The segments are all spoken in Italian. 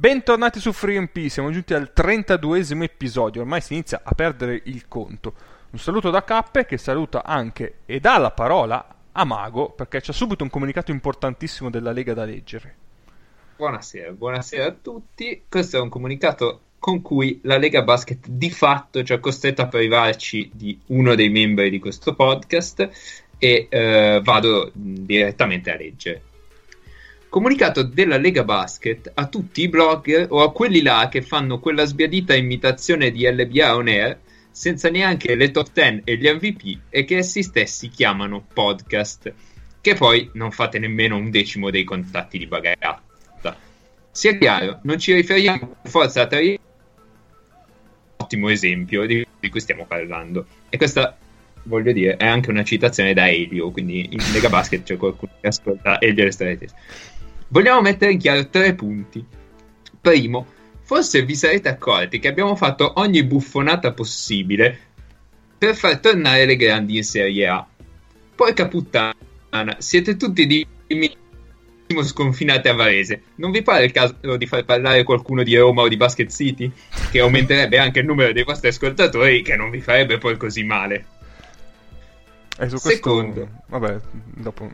Bentornati su FreeMP, siamo giunti al 32esimo episodio, ormai si inizia a perdere il conto. Un saluto da Cappe che saluta anche e dà la parola a Mago perché c'è subito un comunicato importantissimo della Lega da leggere. Buonasera a tutti. Questo è un comunicato con cui la Lega Basket di fatto ci ha costretto a privarci di uno dei membri di questo podcast e vado direttamente a leggere. Comunicato della Lega Basket a tutti i blogger o a quelli là che fanno quella sbiadita imitazione di LBA On Air senza neanche le top 10 e gli MVP e che essi stessi chiamano podcast, che poi non fate nemmeno un decimo dei contatti di Bagatta. Sia chiaro, non ci riferiamo per forza a tre. Ottimo esempio di cui stiamo parlando, e questa, voglio dire, è anche una citazione da Elio, quindi in Lega Basket c'è qualcuno che ascolta Elio e Stretese. Vogliamo mettere in chiaro 3 punti. Primo, forse vi sarete accorti che abbiamo fatto ogni buffonata possibile per far tornare le grandi in Serie A. Porca puttana, siete tutti di sconfinati a Varese. Non vi pare il caso di far parlare qualcuno di Roma o di Basket City? Che aumenterebbe anche il numero dei vostri ascoltatori, che non vi farebbe poi così male. E su questo... Secondo. Vabbè, dopo...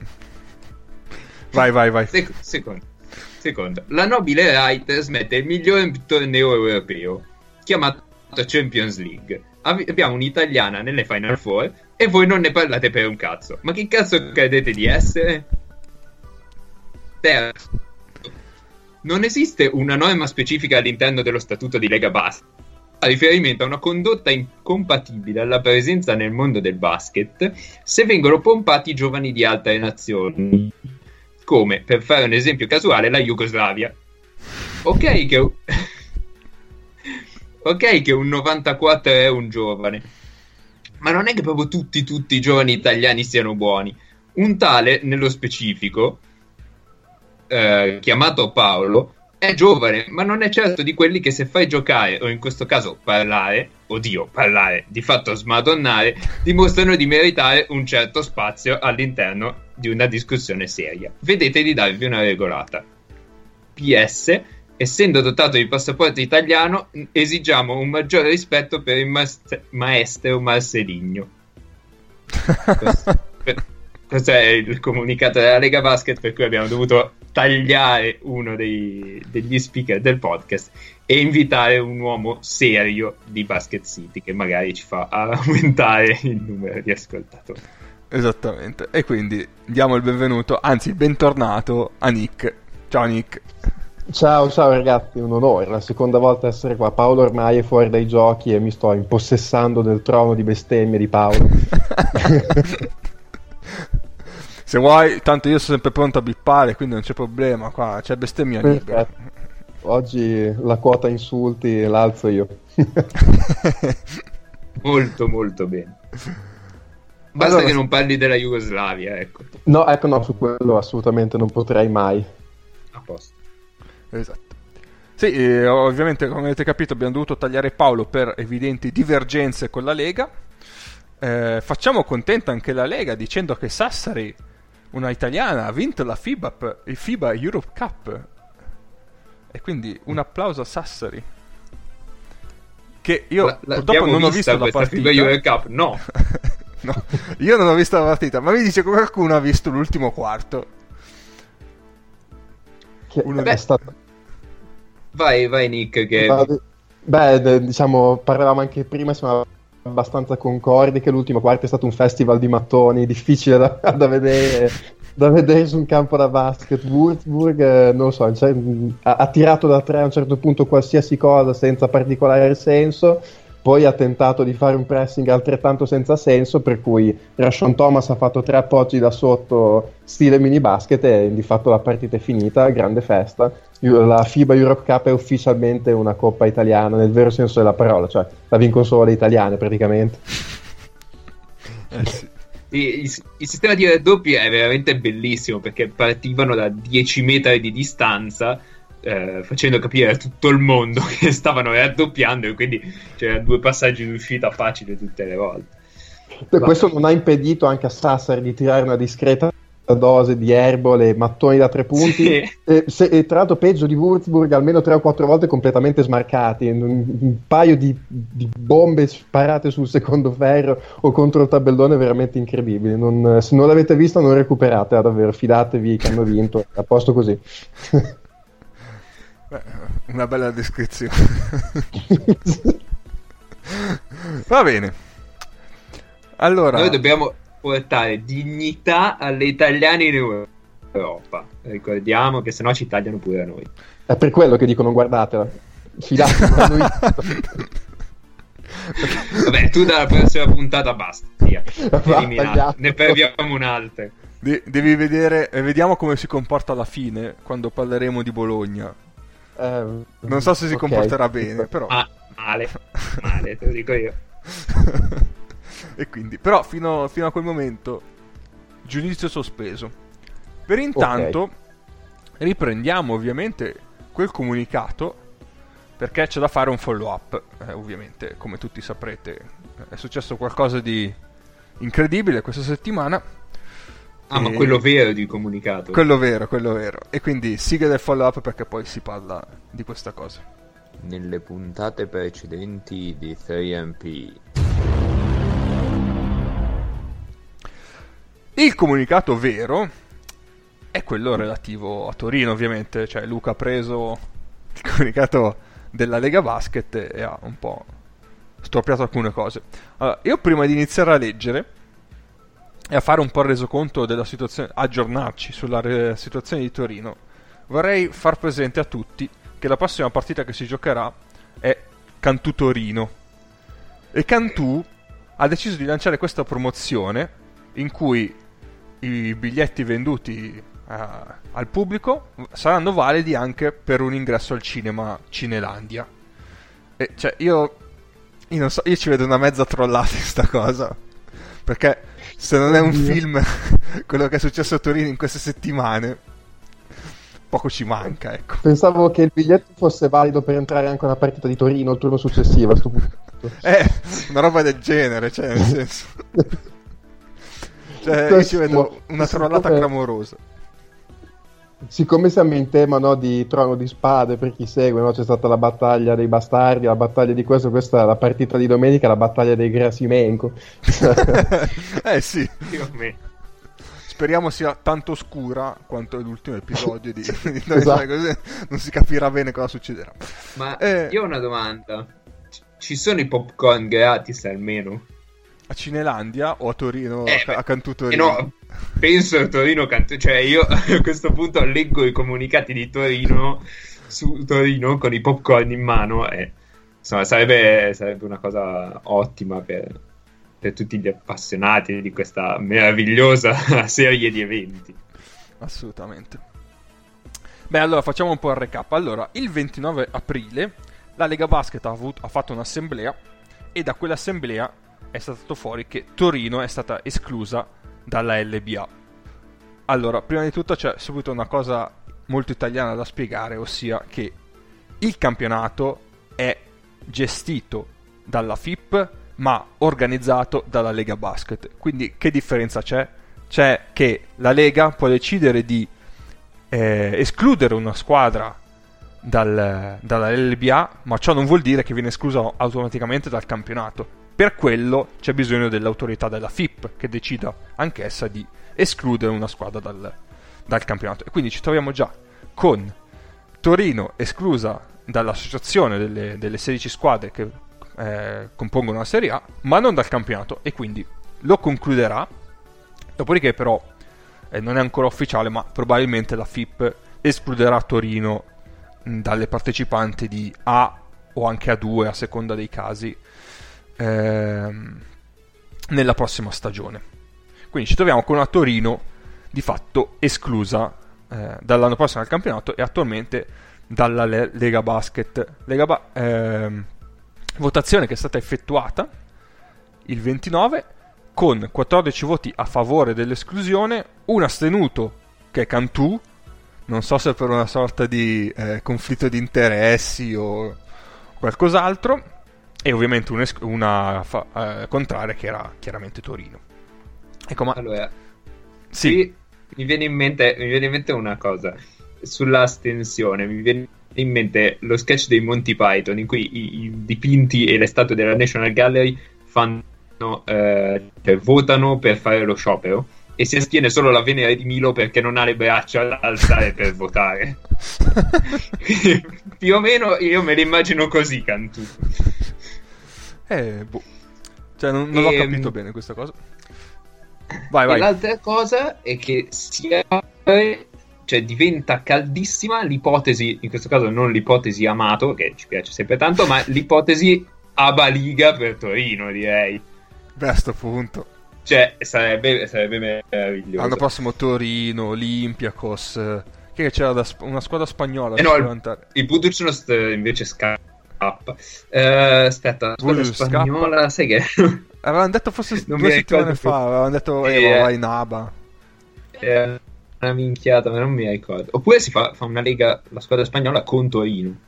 Vai. Secondo, la nobile Reuters mette il migliore torneo europeo, chiamato Champions League. Abbiamo un'italiana nelle Final Four e voi non ne parlate per un cazzo. Ma chi cazzo credete di essere? Terzo, non esiste una norma specifica all'interno dello statuto di Lega Basket a riferimento a una condotta incompatibile alla presenza nel mondo del basket se vengono pompati giovani di altre nazioni, come, per fare un esempio casuale, la Jugoslavia. Ok che un 94 è un giovane, ma non è che proprio tutti i giovani italiani siano buoni. Un tale, nello specifico, chiamato Paolo, è giovane, ma non è certo di quelli che se fai giocare, o in questo caso parlare, di fatto smadonnare, dimostrano di meritare un certo spazio all'interno di una discussione seria. Vedete di darvi una regolata. PS, essendo dotato di passaporto italiano, esigiamo un maggiore rispetto per il maestro Marcelinho. Questo è il comunicato della Lega Basket, per cui abbiamo dovuto tagliare uno degli speaker del podcast e invitare un uomo serio di Basket City che magari ci fa aumentare il numero di ascoltatori. Esattamente, e quindi diamo il benvenuto, anzi il bentornato a Nick. Ciao Nick. Ciao ragazzi, un onore, la seconda volta essere qua. Paolo ormai è fuori dai giochi e mi sto impossessando del trono di bestemmie di Paolo. Se vuoi, tanto io sono sempre pronto a bippare, quindi non c'è problema, qua c'è bestemmia libera. Oggi la quota insulti l'alzo io. Molto bene. Basta che non parli della Jugoslavia, ecco. No, su quello assolutamente non potrei mai. A posto. Esatto. Sì, ovviamente, come avete capito, abbiamo dovuto tagliare Paolo per evidenti divergenze con la Lega. Facciamo contenta anche la Lega dicendo che Sassari, una italiana, ha vinto la il FIBA Europe Cup, e quindi un applauso a Sassari, che io purtroppo non ho visto la partita. FIBA Europe Cup, no. No, io non ho visto la partita, ma mi dice che qualcuno ha visto l'ultimo quarto. È stato... Vai Nick, che... diciamo, parlavamo anche prima, siamo abbastanza concordi che l'ultimo quarto è stato un festival di mattoni difficile da vedere su un campo da basket. Würzburg, non lo so, ha tirato da 3 a un certo punto qualsiasi cosa senza particolare senso, poi ha tentato di fare un pressing altrettanto senza senso, per cui Rashawn Thomas ha fatto 3 appoggi da sotto stile mini basket e di fatto la partita è finita, grande festa. La FIBA Europe Cup è ufficialmente una coppa italiana nel vero senso della parola, cioè la vincono solo le italiane praticamente. Sì. Il sistema di raddoppi è veramente bellissimo, perché partivano da 10 metri di distanza, facendo capire a tutto il mondo che stavano raddoppiando, e quindi c'erano 2 passaggi di uscita facile tutte le volte. Questo non ha impedito anche a Sassari di tirare una discreta dose di erbole, mattoni da 3 punti, Sì. e tra l'altro peggio di Würzburg almeno 3 o 4 volte completamente smarcati, un paio di bombe sparate sul secondo ferro o contro il tabellone veramente incredibili. Se non l'avete vista non recuperatela, davvero, fidatevi che hanno vinto, a posto così. Beh, una bella descrizione. Va bene, allora Noi dobbiamo portare dignità alle italiane in Europa. Ricordiamo che sennò ci tagliano pure a noi. È per quello che dico non guardatela, fidatevi da noi. Vabbè, tu dalla prossima puntata basta, via. Eliminata. tagliato. Ne proviamo un'altra. devi vedere e vediamo come si comporta alla fine quando parleremo di Bologna. Non so se si ok. comporterà bene, però Male, te lo dico io. e quindi però fino a quel momento giudizio sospeso. Per intanto riprendiamo ovviamente quel comunicato, perché c'è da fare un follow up. Ovviamente, come tutti saprete, è successo qualcosa di incredibile questa settimana. Ma quello vero di comunicato. Quello vero. E quindi sigla del follow up, perché poi si parla di questa cosa. Nelle puntate precedenti di 3MP. Il comunicato vero è quello relativo a Torino, ovviamente. Cioè, Luca ha preso il comunicato della Lega Basket e ha un po' storpiato alcune cose. Allora, io prima di iniziare a leggere e a fare un po' il resoconto della situazione, aggiornarci sulla situazione di Torino, vorrei far presente a tutti che la prossima partita che si giocherà è Cantù Torino, e Cantù ha deciso di lanciare questa promozione in cui i biglietti venduti al pubblico saranno validi anche per un ingresso al cinema Cinelandia. E cioè io non so, io ci vedo una mezza trollata in sta cosa, perché se non è un film quello che è successo a Torino in queste settimane, poco ci manca, ecco. Pensavo che il biglietto fosse valido per entrare anche a una partita di Torino il turno successivo a sto punto. Una roba del genere, cioè, nel senso, cioè io ci vedo una trollata clamorosa. Siccome siamo in tema, no, di Trono di Spade, per chi segue, no, c'è stata la battaglia dei bastardi, la battaglia di questo, questa è la partita di domenica, la battaglia dei Grasimenko. Sì, Dio mio. speriamo sia tanto oscura quanto l'ultimo episodio di Esatto. così non si capirà bene cosa succederà. Ma io ho una domanda. Ci sono i popcorn gratis almeno? A Cinelandia o a Torino, a Cantù Torino? No, penso a Torino Cantù, cioè io a questo punto leggo i comunicati di Torino su Torino con i popcorn in mano e insomma sarebbe una cosa ottima per tutti gli appassionati di questa meravigliosa serie di eventi. Assolutamente. Beh, allora facciamo un po' il recap. Allora, il 29 aprile la Lega Basket ha fatto un'assemblea, e da quell'assemblea è stato fuori che Torino è stata esclusa dalla LBA. Allora, prima di tutto c'è subito una cosa molto italiana da spiegare, ossia che il campionato è gestito dalla FIP ma organizzato dalla Lega Basket. Quindi che differenza c'è? C'è che la Lega può decidere di escludere una squadra dalla LBA, ma ciò non vuol dire che viene esclusa automaticamente dal campionato. Per quello c'è bisogno dell'autorità della FIP che decida anch'essa di escludere una squadra dal campionato. E quindi ci troviamo già con Torino esclusa dall'associazione delle 16 squadre che compongono la Serie A, ma non dal campionato, e quindi lo concluderà. Dopodiché però non è ancora ufficiale, ma probabilmente la FIP escluderà Torino dalle partecipanti di A o anche A2 a seconda dei casi nella prossima stagione. Quindi ci troviamo con una Torino di fatto esclusa dall'anno prossimo dal campionato e attualmente dalla Lega Basket. Votazione che è stata effettuata il 29 con 14 voti a favore dell'esclusione, un astenuto che è Cantù, non so se per una sorta di conflitto di interessi o qualcos'altro, e ovviamente una contraria che era chiaramente Torino. Ecco, ma Allora, sì. mi viene in mente una cosa sull'astensione. Mi viene in mente lo sketch dei Monty Python in cui i dipinti e le statue della National Gallery votano per fare lo sciopero e si astiene solo la Venere di Milo perché non ha le braccia da alzare per votare. Più o meno io me le immagino così, Cantù. Cioè non l'ho capito bene questa cosa. Vai. L'altra cosa è che diventa caldissima l'ipotesi, in questo caso non l'ipotesi Amato, che ci piace sempre tanto, ma l'ipotesi Abaliga per Torino, direi. Beh, a sto punto. Cioè, sarebbe meraviglioso. L'anno prossimo Torino, Olympiacos, che c'era una squadra spagnola. Il Budućnost invece scappa. Aspetta, la squadra spagnola, sai che... Avevano detto forse 2 settimane fa, avevano detto vai Naba. Una minchiata, ma non mi ricordo. Oppure si fa una lega, la squadra spagnola con Torino.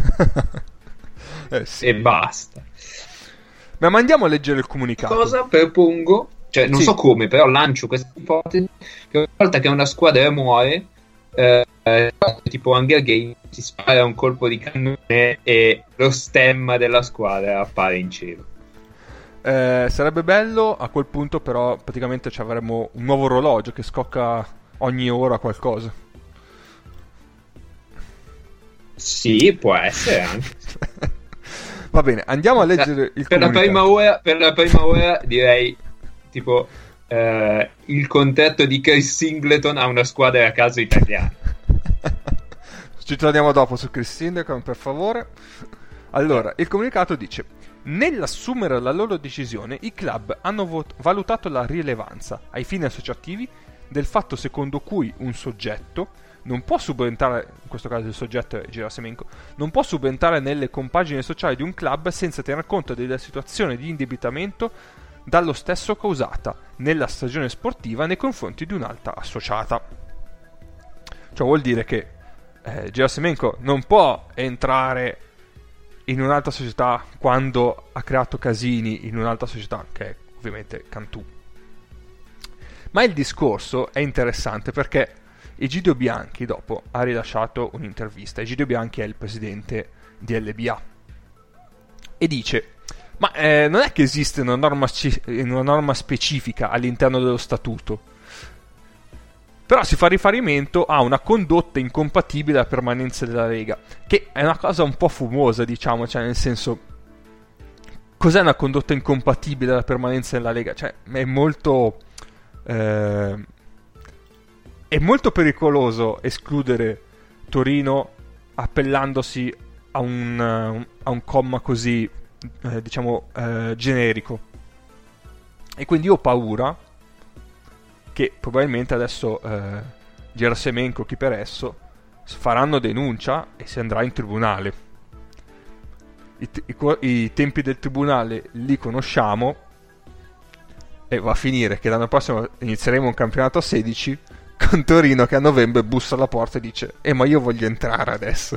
Sì. E basta. Ma andiamo a leggere il comunicato. Cosa propongo? Cioè, non so come, però lancio questa ipotesi che una volta che una squadra muore, tipo Hunger Games, si spara un colpo di cannone e lo stemma della squadra appare in cielo. Sarebbe bello, a quel punto però praticamente avremmo un nuovo orologio che scocca ogni ora qualcosa. Sì, può essere anche. Va bene, andiamo a leggere il per comunicato. Per la prima ora direi tipo il contratto di Chris Singleton a una squadra a caso italiana. Ci torniamo dopo su Chris Singleton, per favore. Allora, il comunicato dice: nell'assumere la loro decisione, i club hanno valutato la rilevanza, ai fini associativi, del fatto secondo cui un soggetto non può subentrare, in questo caso il soggetto è Gerasemenko, non può subentrare nelle compagini sociali di un club senza tener conto della situazione di indebitamento dallo stesso causata nella stagione sportiva nei confronti di un'altra associata. Ciò vuol dire che Gerasemenko non può entrare in un'altra società quando ha creato casini in un'altra società, che è ovviamente Cantù. Ma il discorso è interessante perché Egidio Bianchi dopo ha rilasciato un'intervista. Egidio Bianchi è il presidente di LBA e dice: ma non è che esiste una norma specifica all'interno dello statuto, però si fa riferimento a una condotta incompatibile alla permanenza della Lega, che è una cosa un po' fumosa, diciamo, cioè nel senso, cos'è una condotta incompatibile alla permanenza della Lega? Cioè è molto pericoloso escludere Torino appellandosi a un comma così generico, e quindi io ho paura che probabilmente adesso Gerasemenko, chi per esso, faranno denuncia e si andrà in tribunale. I tempi del tribunale li conosciamo e va a finire che l'anno prossimo inizieremo un campionato a 16 con Torino che a novembre bussa alla porta e dice: ma io voglio entrare adesso.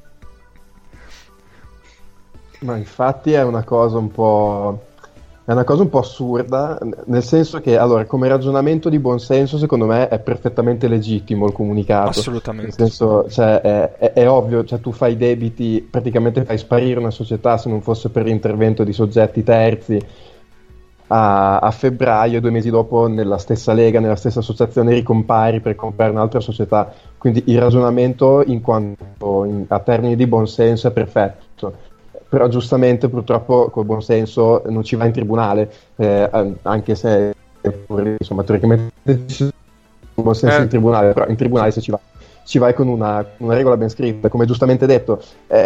Ma infatti è una cosa un po' assurda, nel senso che, allora, come ragionamento di buonsenso, secondo me è perfettamente legittimo il comunicato. Assolutamente. Nel senso, cioè, è ovvio, cioè, tu fai debiti, praticamente fai sparire una società se non fosse per l'intervento di soggetti terzi a febbraio, 2 mesi dopo nella stessa lega, nella stessa associazione ricompari per comprare un'altra società. Quindi il ragionamento a termini di buonsenso è perfetto. Però giustamente purtroppo col buon senso non ci va in tribunale, anche se insomma teoricamente c'è un buon senso in tribunale, però in tribunale se ci vai con una regola ben scritta, come giustamente detto.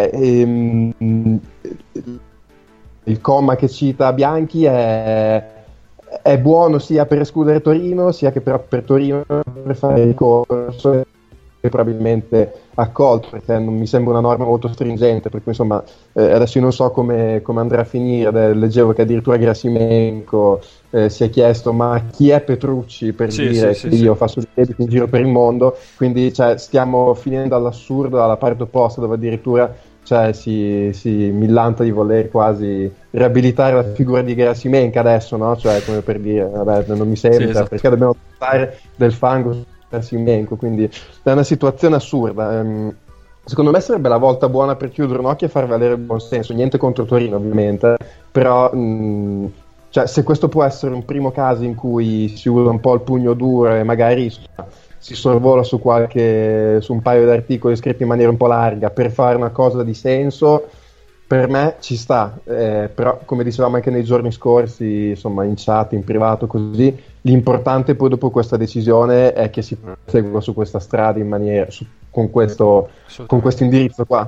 Il comma che cita Bianchi è buono sia per escludere Torino, sia che per Torino per fare ricorso, e probabilmente accolto, perché non mi sembra una norma molto stringente, per cui insomma adesso io non so come andrà a finire. Leggevo che addirittura Gerasemenko si è chiesto: ma chi è Petrucci per dire che io faccio dei debiti in giro per il mondo? Quindi cioè, stiamo finendo all'assurdo alla parte opposta, dove addirittura si millanta di voler quasi riabilitare la figura di Gerasemenko adesso, no? Cioè, come per dire, vabbè, non mi sembra, esatto. Perché dobbiamo fare del fango Gerasimenko, quindi è una situazione assurda. Secondo me sarebbe la volta buona per chiudere un occhio e far valere il buon senso, niente contro Torino ovviamente, però cioè, se questo può essere un primo caso in cui si usa un po' il pugno duro e magari si sorvola su un paio di articoli scritti in maniera un po' larga per fare una cosa di senso, per me ci sta, però come dicevamo anche nei giorni scorsi, insomma in chat, in privato, così, l'importante poi dopo questa decisione è che si prosegua su questa strada in maniera, con questo indirizzo qua,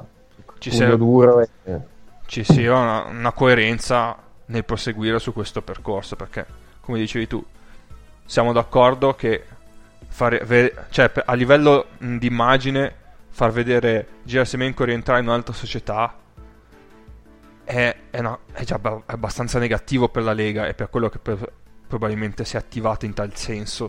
ci sia una coerenza nel proseguire su questo percorso, perché come dicevi tu, siamo d'accordo che cioè, a livello di immagine far vedere Gerasimenko rientrare in un'altra società è già abbastanza negativo per la Lega e per quello che probabilmente si è attivato in tal senso.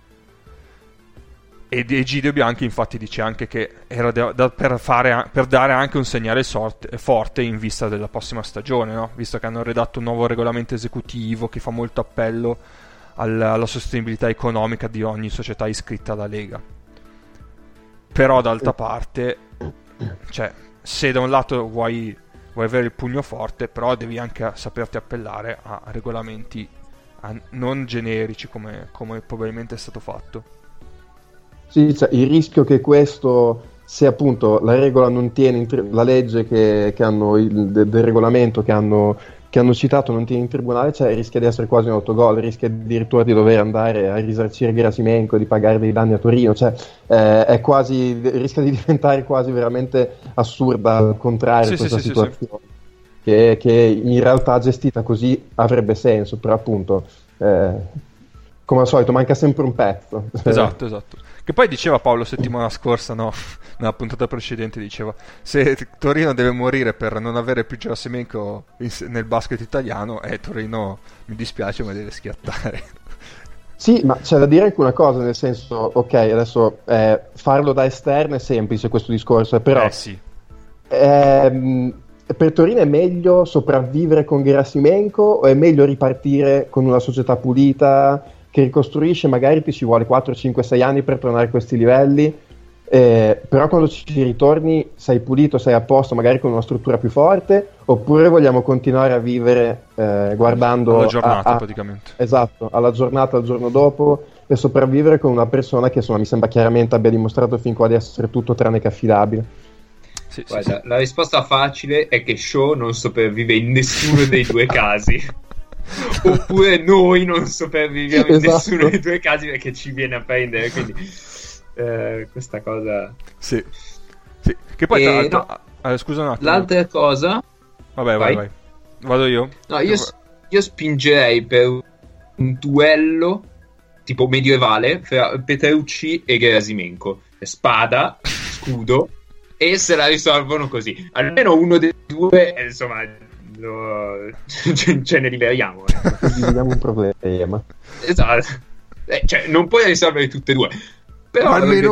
E Egidio Bianchi infatti dice anche che era per dare anche un segnale forte in vista della prossima stagione, no? Visto che hanno redatto un nuovo regolamento esecutivo che fa molto appello alla sostenibilità economica di ogni società iscritta alla Lega. Però d'altra parte, cioè, se da un lato vuoi avere il pugno forte, però devi anche saperti appellare a regolamenti non generici come probabilmente è stato fatto. Sì, cioè, il rischio che questo, se appunto la regola non tiene la legge che hanno del regolamento che hanno citato non tiene in tribunale, cioè rischia di essere quasi un autogol, rischia addirittura di dover andare a risarcire Gerasimenko, di pagare dei danni a Torino, cioè rischia di diventare quasi veramente assurda al contrario questa situazione. Che in realtà gestita così avrebbe senso, però appunto come al solito manca sempre un pezzo. Esatto. Che poi diceva Paolo settimana scorsa, no? Nella puntata precedente diceva: se Torino deve morire per non avere più Gerasimenko nel basket italiano, Torino mi dispiace ma deve schiattare. Sì, ma c'è da dire anche una cosa, nel senso, ok, adesso farlo da esterno è semplice questo discorso, però sì. Per Torino è meglio sopravvivere con Gerasimenko o è meglio ripartire con una società pulita che ricostruisce? Magari ti ci vuole 4, 5, 6 anni per tornare a questi livelli, però quando ci ritorni sei pulito, sei a posto, magari con una struttura più forte, oppure vogliamo continuare a vivere guardando alla giornata praticamente. Esatto, alla giornata, al giorno dopo, e sopravvivere con una persona che insomma mi sembra chiaramente abbia dimostrato fin qua di essere tutto tranne che affidabile. Guarda, la risposta facile è che Shaw non sopravvive in nessuno dei due casi. Oppure noi non sopravviviamo in nessuno dei due casi perché ci viene a prendere, quindi questa cosa sì. Che poi scusa un attimo, l'altra cosa, vai. Vado io? No, io spingerei per un duello tipo medievale fra Petrucci e Gerasimenko, spada, scudo, e se la risolvono così, almeno uno dei due, insomma, ce ne liberiamo. Vediamo un problema. Esatto. Cioè, non puoi risolvere tutte e due, però almeno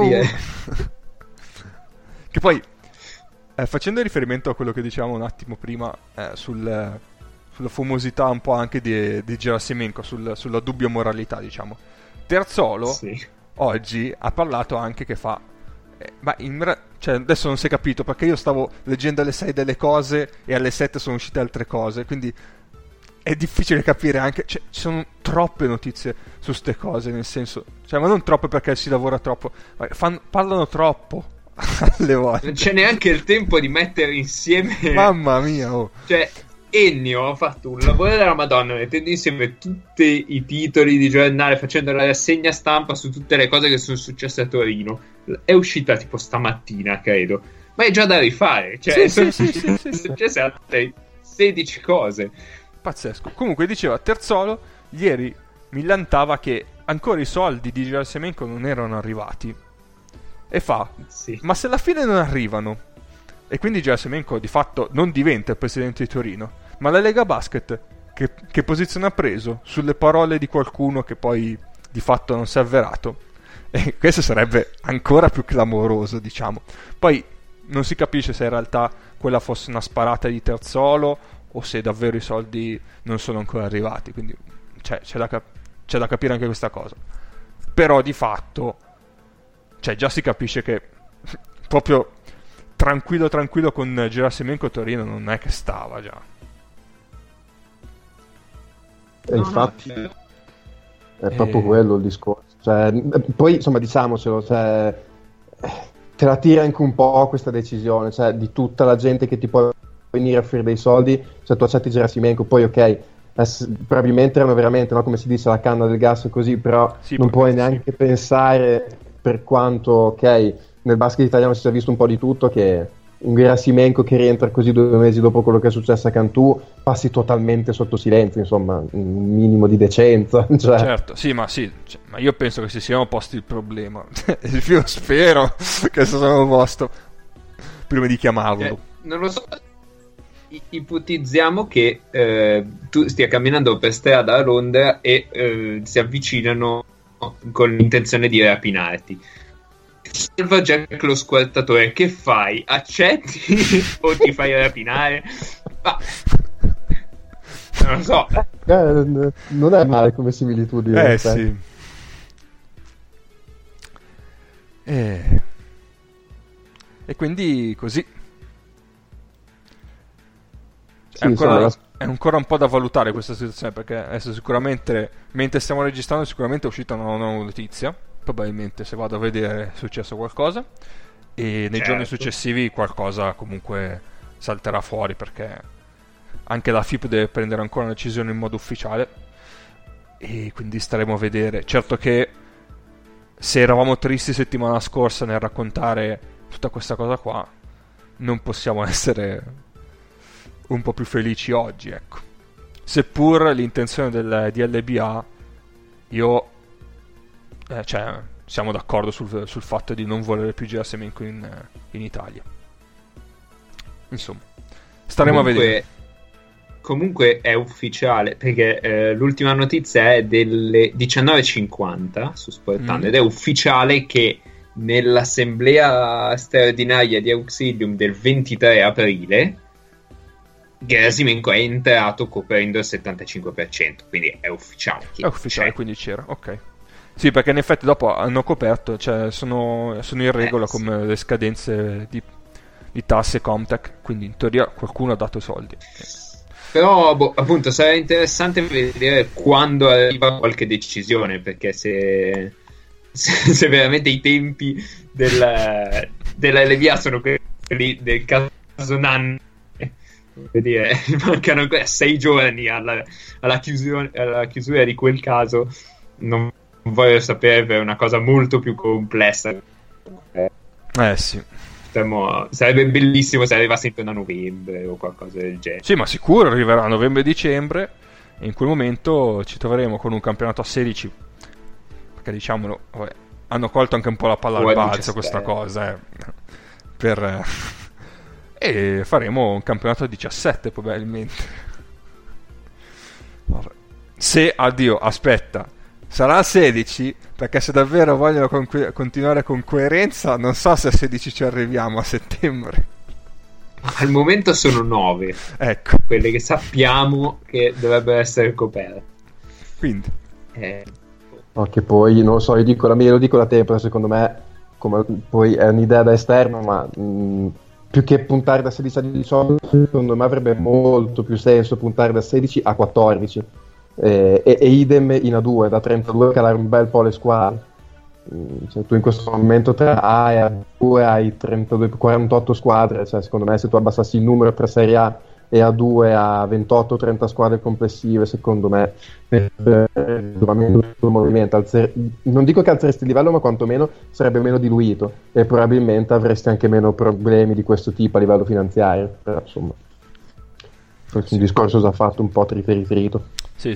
che poi facendo riferimento a quello che dicevamo un attimo prima sulla fumosità un po' anche di Gerasimenko, sulla dubbia moralità, diciamo, Terzolo oggi ha parlato anche che fa cioè, adesso non si è capito perché io stavo leggendo alle 6 delle cose e alle 7 sono uscite altre cose, quindi è difficile capire anche, cioè, ci sono troppe notizie su ste cose, nel senso, cioè, ma non troppe perché si lavora troppo, parlano troppo alle volte, non c'è neanche il tempo di mettere insieme, mamma mia, cioè Ennio ha fatto un lavoro della Madonna mettendo insieme tutti i titoli di giornale, facendo la rassegna stampa su tutte le cose che sono successe a Torino. È uscita tipo stamattina, credo, ma è già da rifare, cioè sono successe altre 16 cose. Pazzesco. Comunque diceva Terzolo ieri, millantava che ancora i soldi di Gerasimenko non erano arrivati e ma se alla fine non arrivano e quindi Gerasimenko di fatto non diventa il presidente di Torino, ma la Lega Basket che posizione ha preso sulle parole di qualcuno che poi di fatto non si è avverato? E questo sarebbe ancora più clamoroso, diciamo. Poi non si capisce se in realtà quella fosse una sparata di Terzolo o se davvero i soldi non sono ancora arrivati, quindi c'è da capire anche questa cosa. Però di fatto cioè già si capisce che proprio tranquillo con Gerasimenko Torino non è che stava già. E infatti è proprio quello il discorso. Cioè, poi insomma diciamocelo, cioè, te la tira anche un po' questa decisione, cioè di tutta la gente che ti può venire a offrire dei soldi, cioè tu accetti Gerasimenko, poi ok, probabilmente erano veramente, no, come si dice, la canna del gas così, però sì, non puoi neanche pensare, per quanto ok, nel basket italiano si è visto un po' di tutto, che un Gerasimenko che rientra così 2 mesi dopo quello che è successo a Cantù passi totalmente sotto silenzio, insomma, un minimo di decenza. Cioè. Certo, sì, ma io penso che si siano posti il problema. Io spero che si siano posto prima di chiamarlo. Non lo so. Ipotizziamo che tu stia camminando per strada a Londra e si avvicinano con l'intenzione di rapinarti. Salva Jack lo squartatore, che fai? Accetti o ti fai rapinare? Ma non lo so. Non è male come similitudine. Sì. E quindi così. È ancora un po' da valutare questa situazione, perché adesso sicuramente, mentre stiamo registrando, sicuramente è uscita una nuova notizia. Probabilmente, se vado a vedere, è successo qualcosa, e nei giorni successivi qualcosa comunque salterà fuori, perché anche la FIP deve prendere ancora una decisione in modo ufficiale, e quindi staremo a vedere. Certo che se eravamo tristi settimana scorsa nel raccontare tutta questa cosa qua, non possiamo essere un po' più felici oggi, ecco. Seppur l'intenzione del DLBA, io cioè siamo d'accordo sul fatto di non volere più Gerasimenko in Italia. Insomma, staremo a vedere. Comunque è ufficiale, perché l'ultima notizia è delle 19:50 su Sportando, ed è ufficiale che nell'assemblea straordinaria di Auxilium del 23 aprile Gerasimenko è entrato coprendo il 75%, quindi è ufficiale. È ufficiale, quindi c'era, ok. Sì, perché in effetti dopo hanno coperto, cioè sono in regola come le scadenze di tasse Comtech, quindi in teoria qualcuno ha dato soldi. Però appunto sarà interessante vedere quando arriva qualche decisione, perché se veramente i tempi della LBA sono quelli del caso Nan, dire, mancano ancora 6 giorni alla chiusura di quel caso, non voglio sapere, per una cosa molto più complessa. Sì. Sarebbe bellissimo se arrivasse intorno a novembre o qualcosa del genere. Sì, ma sicuro arriverà a novembre-dicembre, e in quel momento ci troveremo con un campionato a 16, perché diciamolo, vabbè, hanno colto anche un po' la palla al balzo questa cosa, e faremo un campionato a 17 probabilmente. Vabbè. Se, aspetta, sarà a 16, perché se davvero vogliono continuare con coerenza, non so se a 16 ci arriviamo a settembre. Al momento sono 9, ecco, quelle che sappiamo che dovrebbero essere coperte. Quindi no, che poi non lo so, io dico la mia, lo dico da tempo, secondo me, come poi è un'idea da esterno, ma più che puntare da 16 a 18, secondo me avrebbe molto più senso puntare da 16 a 14. E idem in A2, da 32 calare un bel po' le squadre. Cioè, tu in questo momento tra A e A2 hai 32, 48 squadre, cioè, secondo me se tu abbassassi il numero tra Serie A e A2 a 28-30 squadre complessive, secondo me il movimento non dico che alzeresti il livello, ma quantomeno sarebbe meno diluito, e probabilmente avresti anche meno problemi di questo tipo a livello finanziario. Però insomma, questo è un discorso già fatto un po' riferito. Sì.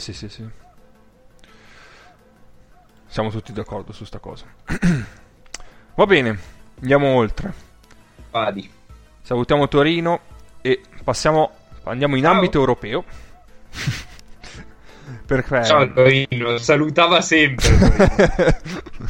Siamo tutti d'accordo su sta cosa. Va bene, andiamo oltre. Vadi. Salutiamo Torino e andiamo in ambito europeo. Perché... Ciao Torino, salutava sempre.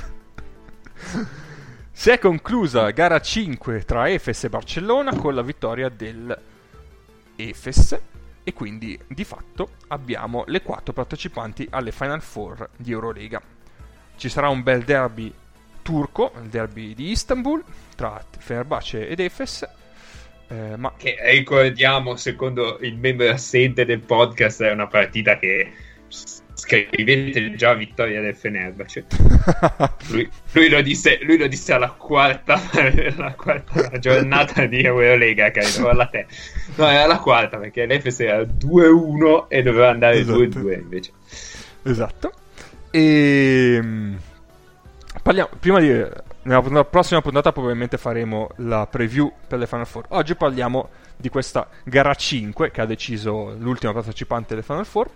Si è conclusa gara 5 tra Efes e Barcellona con la vittoria del Efes, e quindi di fatto abbiamo le 4 partecipanti alle Final Four di Eurolega. Ci sarà un bel derby turco, il derby di Istanbul tra Fenerbahce ed Efes. Ma che ricordiamo, secondo il membro assente del podcast, è una partita che scrivete già vittoria del Fenerbahce. lui lo disse alla quarta giornata di Eurolega, credo, alla te. No, era la quarta, perché l'Efes era 2-1 e doveva andare, esatto, 2-2 invece. Esatto. E parliamo prima di nella prossima puntata probabilmente faremo la preview per le Final Four. Oggi parliamo di questa gara 5 che ha deciso l'ultima partecipante delle Final Four.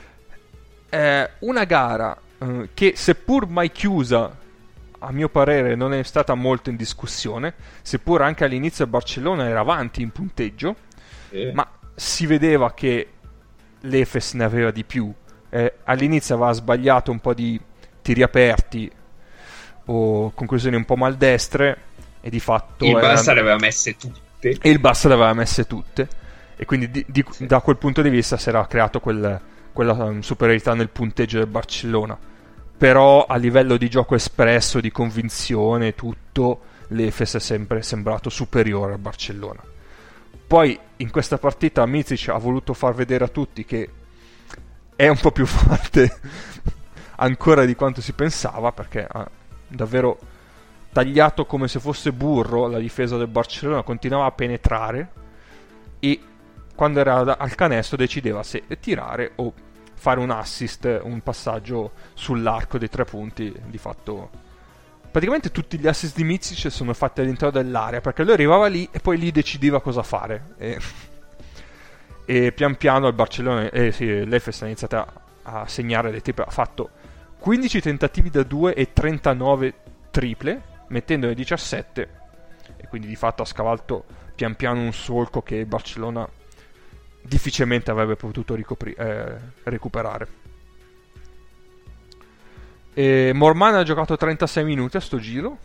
Una gara che, seppur mai chiusa, a mio parere non è stata molto in discussione, seppur anche all'inizio il Barcellona era avanti in punteggio, ma si vedeva che l'Efes ne aveva di più. All'inizio aveva sbagliato un po' di tiri aperti o conclusioni un po' maldestre, e di fatto il Barça le aveva messe tutte, e quindi da quel punto di vista si era creato quella superiorità nel punteggio del Barcellona. Però a livello di gioco espresso, di convinzione, tutto, l'Efes è sempre sembrato superiore al Barcellona. Poi in questa partita Micic ha voluto far vedere a tutti che è un po' più forte ancora di quanto si pensava, perché ha davvero tagliato come se fosse burro la difesa del Barcellona, continuava a penetrare, e quando era al canestro decideva se tirare o fare un assist, un passaggio sull'arco dei 3 punti. Di fatto praticamente tutti gli assist di Micic sono fatti all'interno dell'area, perché lui arrivava lì e poi lì decideva cosa fare, e pian piano il Barcellona l'Efes ha iniziato a segnare le triple. Ha fatto 15 tentativi da 2 e 39 triple, mettendone 17, e quindi di fatto ha scavalcato pian piano un solco che il Barcellona difficilmente avrebbe potuto recuperare. E Morman ha giocato 36 minuti a sto giro.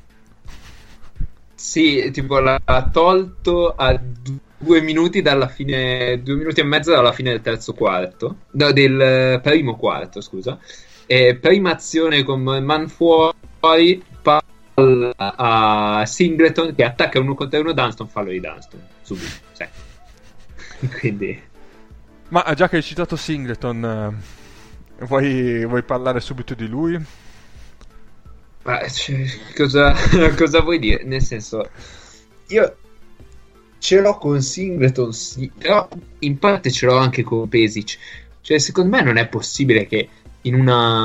Sì, tipo l'ha tolto a 2 minuti dalla fine, 2 minuti e mezzo dalla fine del terzo quarto, no, del primo quarto, scusa. Prima azione con man fuori, palla a Singleton che attacca 1 contro 1 Dunston, fallo di Dunston subito, sì. Quindi, ma già che hai citato Singleton, vuoi parlare subito di lui? ma cosa vuoi dire? Nel senso, io ce l'ho con Singleton, sì, però in parte ce l'ho anche con Pešić. Cioè, secondo me non è possibile che in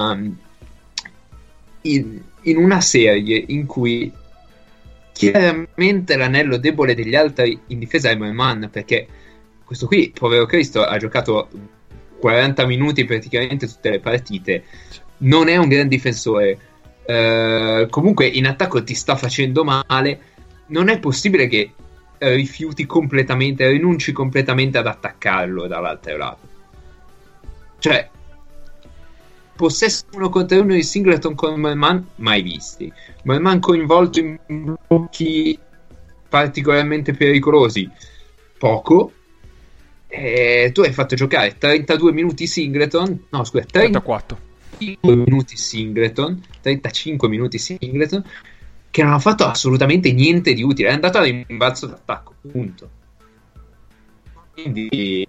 una serie in cui chiaramente l'anello debole degli altri in difesa è Moerman, perché questo qui, povero Cristo, ha giocato 40 minuti praticamente tutte le partite, non è un gran difensore, comunque in attacco ti sta facendo male, non è possibile che rinunci completamente ad attaccarlo dall'altro lato. Cioè, possesso 1 contro 1 di Singleton con Moerman mai visti. Moerman coinvolto in blocchi particolarmente pericolosi poco. Tu hai fatto giocare 32 minuti Singleton, no scusa, 34 minuti Singleton, 35 minuti Singleton, che non ha fatto assolutamente niente di utile, è andato in rimbalzo d'attacco, punto. Quindi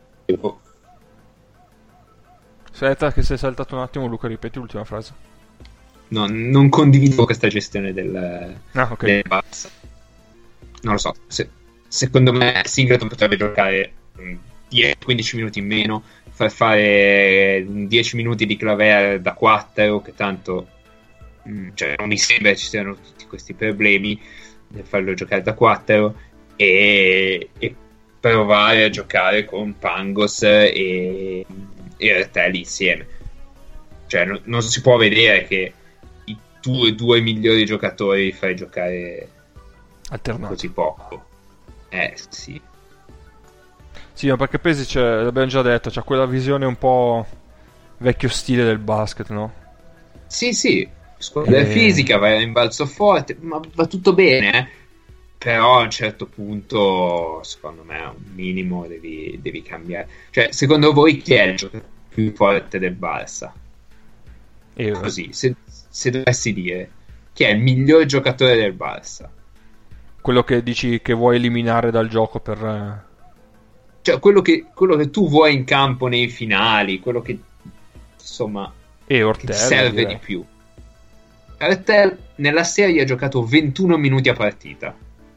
aspetta che sei saltato un attimo, Luca, ripeti l'ultima frase. No, non condivido questa gestione del Barça. Non lo so, secondo me Singleton potrebbe giocare 10-15 minuti in meno, far fare 10 minuti di Claver da 4, che tanto cioè non mi sembra ci siano tutti questi problemi nel farlo giocare da 4, e provare a giocare con Pangos e Ertelli insieme. Cioè non si può vedere che i due migliori giocatori li fai giocare alternato così poco. Sì. Sì, ma perché Pešić, l'abbiamo già detto, c'ha quella visione un po' vecchio stile del basket, no? Sì, squadra fisica, vai a rimbalzo forte, ma va tutto bene, però a un certo punto, secondo me, un minimo devi cambiare. Cioè, secondo voi chi è il giocatore più forte del Barça? Così, se dovessi dire chi è il miglior giocatore del Barça. Quello che dici che vuoi eliminare dal gioco per... Cioè quello che tu vuoi in campo nei finali, quello che insomma Ortel, che ti serve direi. di più. Ortel nella serie ha giocato 21 minuti a partita.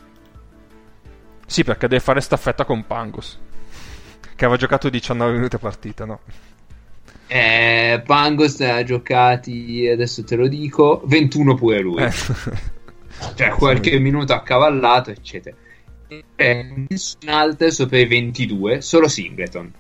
Sì, perché deve fare staffetta con Pangos, che aveva giocato 19 minuti a partita, no? Pangos ne ha giocati, adesso te lo dico, 21 pure lui. Cioè qualche minuto accavallato, eccetera. Nessun altro sopra i 22, solo Singleton.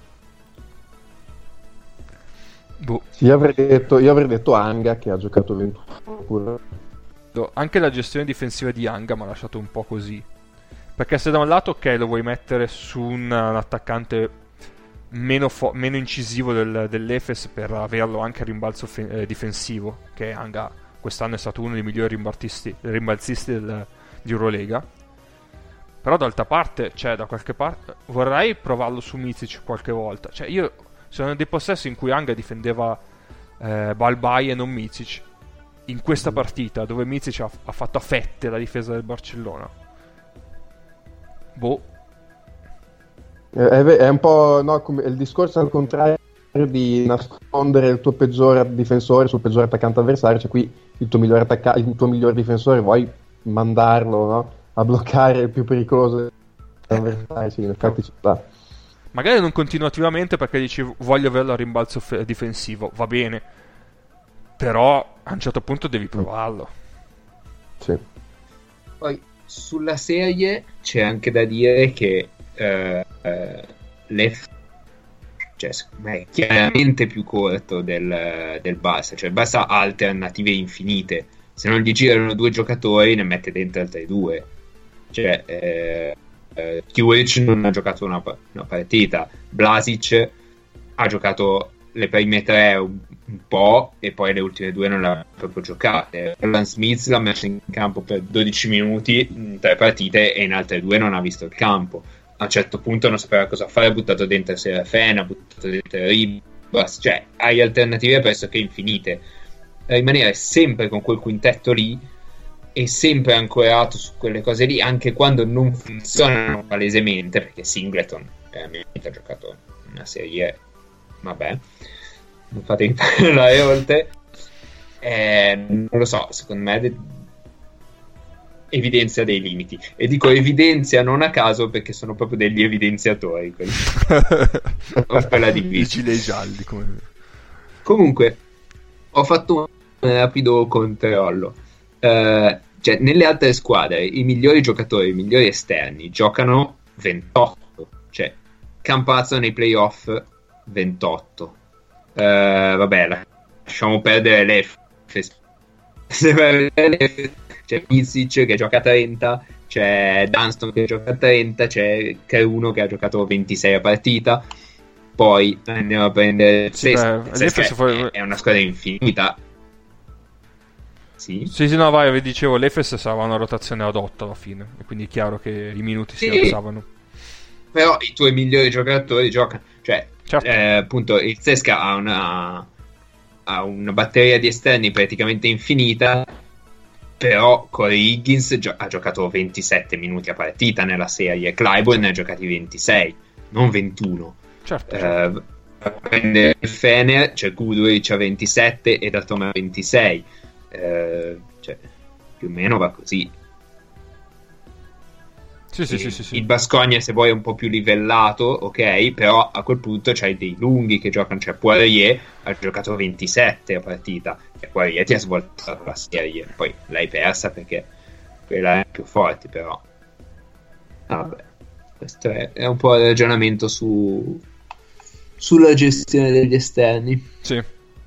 Boh. Io avrei detto Anga, che ha giocato 21 pure. Anche la gestione difensiva di Anga mi ha lasciato un po' così, perché se da un lato ok lo vuoi mettere su un attaccante meno incisivo dell'Efes per averlo anche a rimbalzo difensivo, che Anga quest'anno è stato uno dei migliori rimbalzisti di Eurolega, però d'altra parte, cioè da qualche parte vorrei provarlo su Micic qualche volta. Cioè io sono dei possessi in cui Anga difendeva Balbai e non Micic, in questa partita dove Micic ha fatto a fette la difesa del Barcellona. Boh. È un po', no, come il discorso al contrario di nascondere il tuo peggiore difensore sul peggiore attaccante avversario. Cioè qui il tuo miglior difensore vuoi mandarlo, no, a bloccare il più pericoloso avversario. Sì, in effetti ci sta. Magari non continuativamente perché dici voglio averlo a rimbalzo difensivo, va bene, però a un certo punto devi provarlo. Sì. Poi sulla serie c'è anche da dire che cioè, secondo me è chiaramente più corto del Barça. Cioè il Barça ha alternative infinite, se non gli girano due giocatori ne mette dentro altri due. Cioè Kjuric non ha giocato una partita, Blasic ha giocato le prime tre un po' e poi le ultime due non l'ha proprio giocate. Alan Smith l'ha messo in campo per 12 minuti in 3 partite e in altre 2 non ha visto il campo. A un certo punto non sapeva cosa fare, ha buttato dentro Serafena, ha buttato dentro Ribas. Cioè hai alternative pressoché infinite, rimanere sempre con quel quintetto lì e sempre ancorato su quelle cose lì anche quando non funzionano palesemente, perché Singleton veramente ha giocato una serie, vabbè, non fatevi parlare oltre. Non lo so, secondo me evidenzia dei limiti, e dico evidenzia non a caso perché sono proprio degli evidenziatori quelli. Quella di gilet gialli come... Comunque ho fatto un rapido controllo. Cioè nelle altre squadre i migliori giocatori, i migliori esterni giocano 28, cioè Campazzo nei playoff 28. Vabbè, lasciamo perdere l'Efes. C'è Micic che gioca 30, c'è Dunston che gioca 30, c'è K1 che ha giocato 26 a partita. Poi andiamo a prendere è una squadra infinita. Sì, no, vai, vi dicevo, l'Efes sarà una rotazione ad 8 alla fine, e quindi è chiaro che i minuti si alzavano. Però i tuoi migliori giocatori giocano, cioè certo. Appunto il Cesca ha una batteria di esterni praticamente infinita, però Corey Higgins ha giocato 27 minuti a partita nella serie, Clyburn ne ha giocati 26, non 21. Certo. Prende il Fener, c'è Guduric a 27 e Datome a 26. Cioè più o meno va così. Sì. Il Baskonia, se vuoi, è un po' più livellato, ok, però a quel punto c'hai dei lunghi che giocano. Cioè Poirier ha giocato 27 a partita e Poirier ti ha svoltato la serie, poi l'hai persa perché quella è più forte, però vabbè, questo è un po' il ragionamento sulla gestione degli esterni. Sì,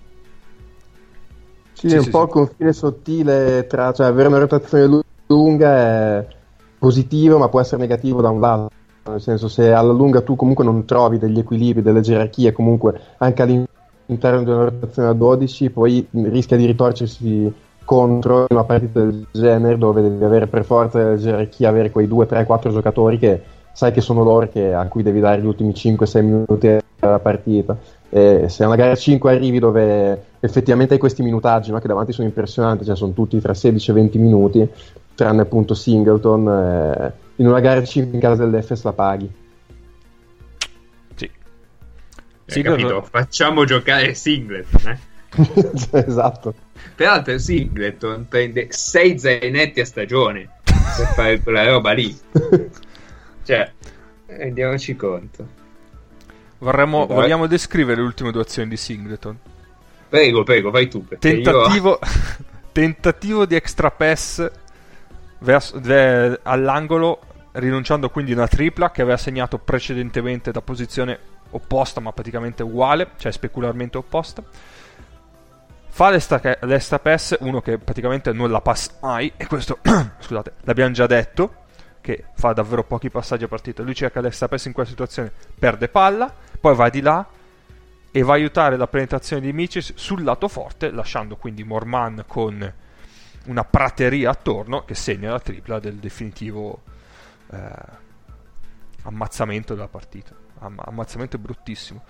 è un po' il confine sottile tra, cioè avere una rotazione lunga è positivo ma può essere negativo da un lato, nel senso, se alla lunga tu comunque non trovi degli equilibri, delle gerarchie comunque anche all'interno di una rotazione a 12, poi rischia di ritorcersi contro una partita del genere dove devi avere per forza la gerarchia, avere quei 2, 3, 4 giocatori che sai che sono loro a cui devi dare gli ultimi 5-6 minuti della partita. E se a una gara 5 arrivi dove effettivamente hai questi minutaggi, no, che davanti sono impressionanti, cioè sono tutti tra 16 e 20 minuti, tranne appunto Singleton, in una gara 5 in casa dell'Efes la paghi. Sì, capito? Facciamo giocare Singleton, Esatto. Peraltro Singleton prende 6 zainetti a stagione per fare quella roba lì. Cioè, rendiamoci conto. Vogliamo descrivere le ultime 2 azioni di Singleton? Prego, vai tu. Tentativo di extra pass all'angolo, rinunciando quindi a una tripla che aveva segnato precedentemente da posizione opposta, ma praticamente uguale, cioè specularmente opposta. Fa l'extra pass, uno che praticamente non la pass mai, e questo scusate, l'abbiamo già detto, che fa davvero pochi passaggi a partita. Lui cerca l'extra pass in quella situazione, perde palla, poi va di là e va a aiutare la penetrazione di Micic sul lato forte, lasciando quindi Morman con una prateria attorno che segna la tripla del definitivo ammazzamento della partita. Ammazzamento è bruttissimo,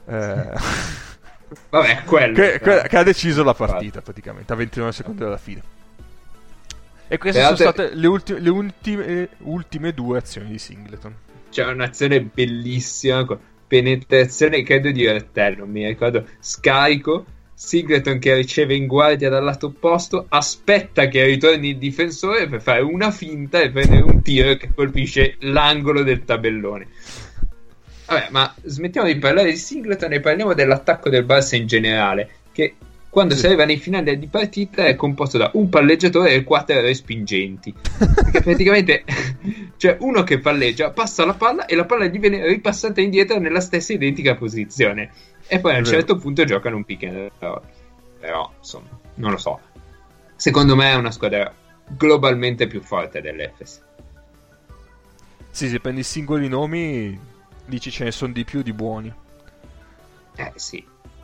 vabbè, quello che ha deciso la partita praticamente a 29 secondi dalla fine. E queste sono state le ultime 2 azioni di Singleton. C'è un'azione bellissima, penetrazione credo di Ertel, non mi ricordo, scarico, Singleton che riceve in guardia dal lato opposto, aspetta che ritorni il difensore per fare una finta e prendere un tiro che colpisce l'angolo del tabellone. Vabbè, ma smettiamo di parlare di Singleton e parliamo dell'attacco del Barça in generale, che quando si arriva nei finali di partita è composto da un palleggiatore e 4 respingenti, perché praticamente c'è uno che palleggia, passa la palla e la palla gli viene ripassata indietro nella stessa identica posizione, e poi a un certo punto giocano un pick and roll. Però insomma, non lo so, secondo me è una squadra globalmente più forte dell'Efes. Sì, se prendi i singoli nomi dici ce ne sono di più di buoni. Sì,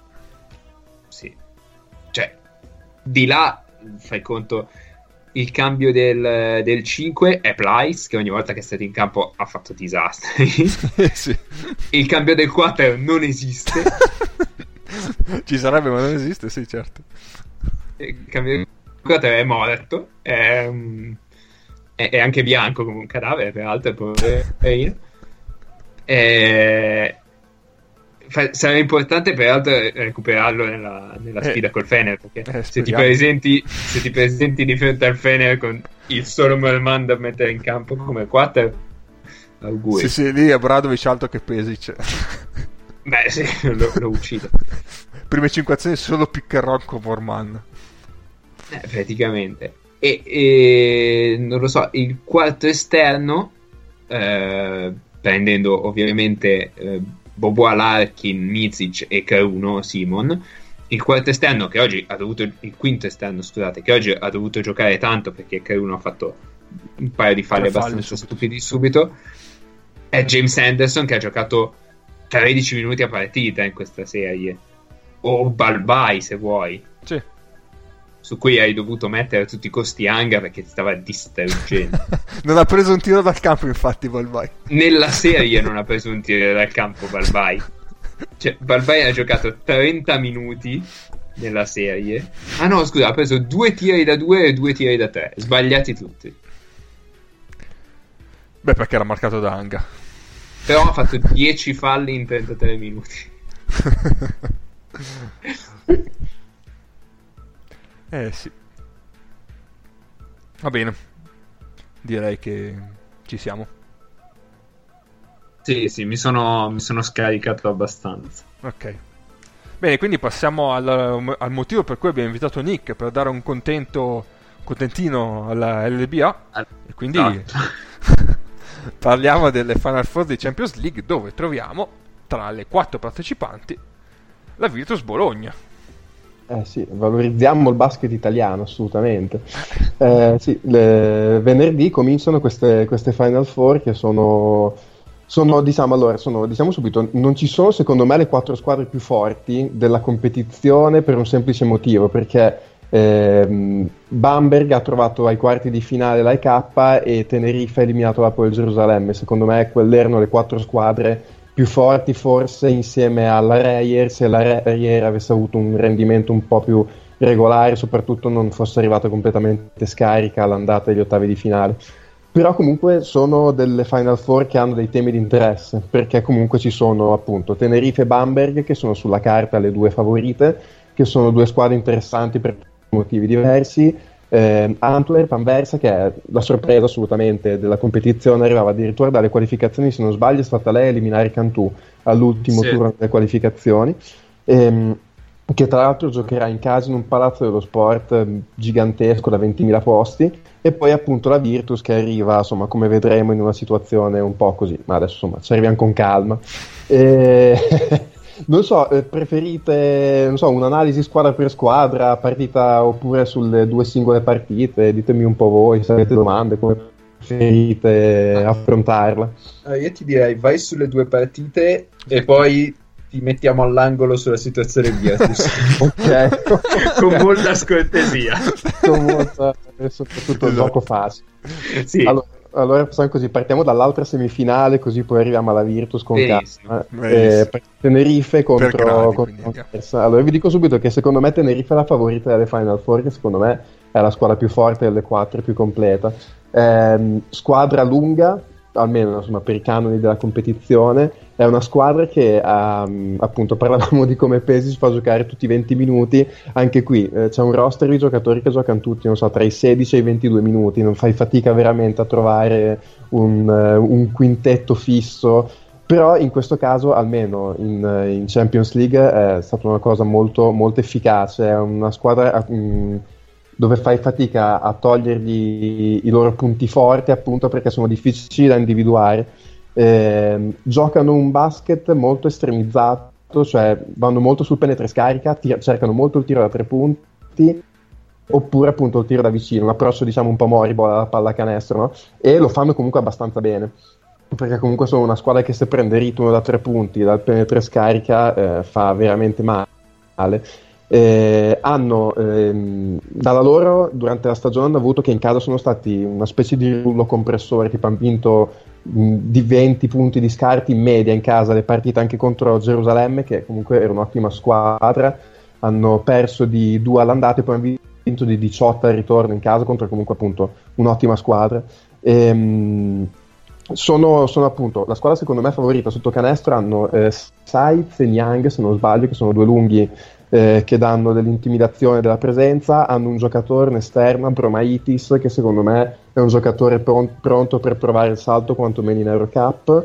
cioè di là fai conto, il cambio del 5 è Plyce, che ogni volta che è stato in campo ha fatto disastri. Sì. Il cambio del 4 non esiste. Ci sarebbe, ma non esiste, sì, certo. Il cambio del 4 è morto, è anche bianco come un cadavere, peraltro, poverino. Sarà importante peraltro recuperarlo nella sfida col Fener, perché se ti presenti di fronte al Fener con il solo Morman da mettere in campo come 4, auguri. Sì, lì è Bradovic alto che Pesic. Beh sì, lo uccide. Prime 5 azioni solo pick and roll con Morman, praticamente. E non lo so, il quarto esterno, prendendo ovviamente Boboa, Larkin, Micic e K1 Simon, il quarto esterno che oggi ha dovuto, il quinto esterno scusate, che oggi ha dovuto giocare tanto perché K1 ha fatto un paio di falli abbastanza stupidi subito, è James Anderson, che ha giocato 13 minuti a partita in questa serie, o Balbai se vuoi, sì, su cui hai dovuto mettere a tutti i costi Anga perché ti stava distruggendo. Non ha preso un tiro dal campo, infatti, Balbai. Nella serie non ha preso un tiro dal campo Balbai. Cioè, Balbai ha giocato 30 minuti nella serie. Ah no, scusa, ha preso 2 tiri da 2 e 2 tiri da 3. Sbagliati tutti. Beh, perché era marcato da Anga. Però ha fatto 10 falli in 33 minuti. Sì. Va bene. Direi che ci siamo. Sì, mi sono scaricato abbastanza. Ok. Bene, quindi passiamo al motivo per cui abbiamo invitato Nick, per dare un contentino alla LBA. E quindi parliamo delle Final Four di Champions League, dove troviamo tra le 4 partecipanti la Virtus Bologna. Sì, valorizziamo il basket italiano assolutamente. Sì, venerdì cominciano queste Final Four che sono diciamo subito, non ci sono secondo me le 4 squadre più forti della competizione per un semplice motivo, perché Bamberg ha trovato ai quarti di finale l'AEK e Tenerife ha eliminato l'Hapoel Gerusalemme. Secondo me quelle erano le 4 squadre più forti forse insieme alla Reyer, se la Reyer avesse avuto un rendimento un po' più regolare, soprattutto non fosse arrivata completamente scarica all'andata degli ottavi di finale. Però comunque sono delle Final Four che hanno dei temi di interesse, perché comunque ci sono appunto Tenerife e Bamberg, che sono sulla carta le due favorite, che sono due squadre interessanti per motivi diversi. Antwerp, Anversa, che è la sorpresa assolutamente della competizione, arrivava addirittura dalle qualificazioni, se non sbaglio è stata lei a eliminare Cantù all'ultimo turno delle qualificazioni, che tra l'altro giocherà in casa in un palazzo dello sport gigantesco da 20.000 posti, e poi appunto la Virtus che arriva, insomma, come vedremo, in una situazione un po' così, ma adesso insomma ci arriviamo con calma. Non so, preferite, non so, un'analisi squadra per squadra, partita, oppure sulle due singole partite? Ditemi un po' voi, se avete domande, come preferite affrontarla. Io ti direi vai sulle due partite e poi ti mettiamo all'angolo sulla situazione Virtus. Ok. Con molta scortesia. Con molta, soprattutto il gioco facile. Sì. Allora facciamo così, partiamo dall'altra semifinale, così poi arriviamo alla Virtus con calma. Tenerife contro Anversa. Allora vi dico subito che secondo me Tenerife è la favorita delle Final Four, che secondo me è la squadra più forte delle quattro, più completa. Squadra lunga, almeno insomma per i canoni della competizione. È una squadra che appunto parlavamo di come pesi, si fa giocare tutti i 20 minuti. Anche qui c'è un roster di giocatori che giocano tutti, non so, tra i 16 e i 22 minuti. Non fai fatica veramente a trovare un quintetto fisso. Però in questo caso, almeno in Champions League, è stata una cosa molto, molto efficace. È una squadra dove fai fatica a togliergli i loro punti forti, appunto perché sono difficili da individuare. Giocano un basket molto estremizzato, cioè vanno molto sul penetra e scarica, cercano molto il tiro da 3 punti, oppure appunto il tiro da vicino, un approccio diciamo un po' moribo alla pallacanestro, no? E lo fanno comunque abbastanza bene, perché comunque sono una squadra che se prende ritmo da 3 punti, dal penetra e scarica, fa veramente male. Hanno dalla loro durante la stagione hanno avuto che in casa sono stati una specie di rullo compressore, tipo hanno vinto di 20 punti di scarti in media in casa le partite, anche contro Gerusalemme, che comunque era un'ottima squadra. Hanno perso di 2 all'andata e poi hanno vinto di 18 al ritorno in casa contro comunque appunto un'ottima squadra. Sono appunto la squadra secondo me favorita sotto canestro. Hanno Seitz e Niang, se non sbaglio, che sono due lunghi che danno dell'intimidazione, della presenza. Hanno un giocatore in esterna, Bromaitis, che secondo me è un giocatore pronto per provare il salto quantomeno in Eurocup,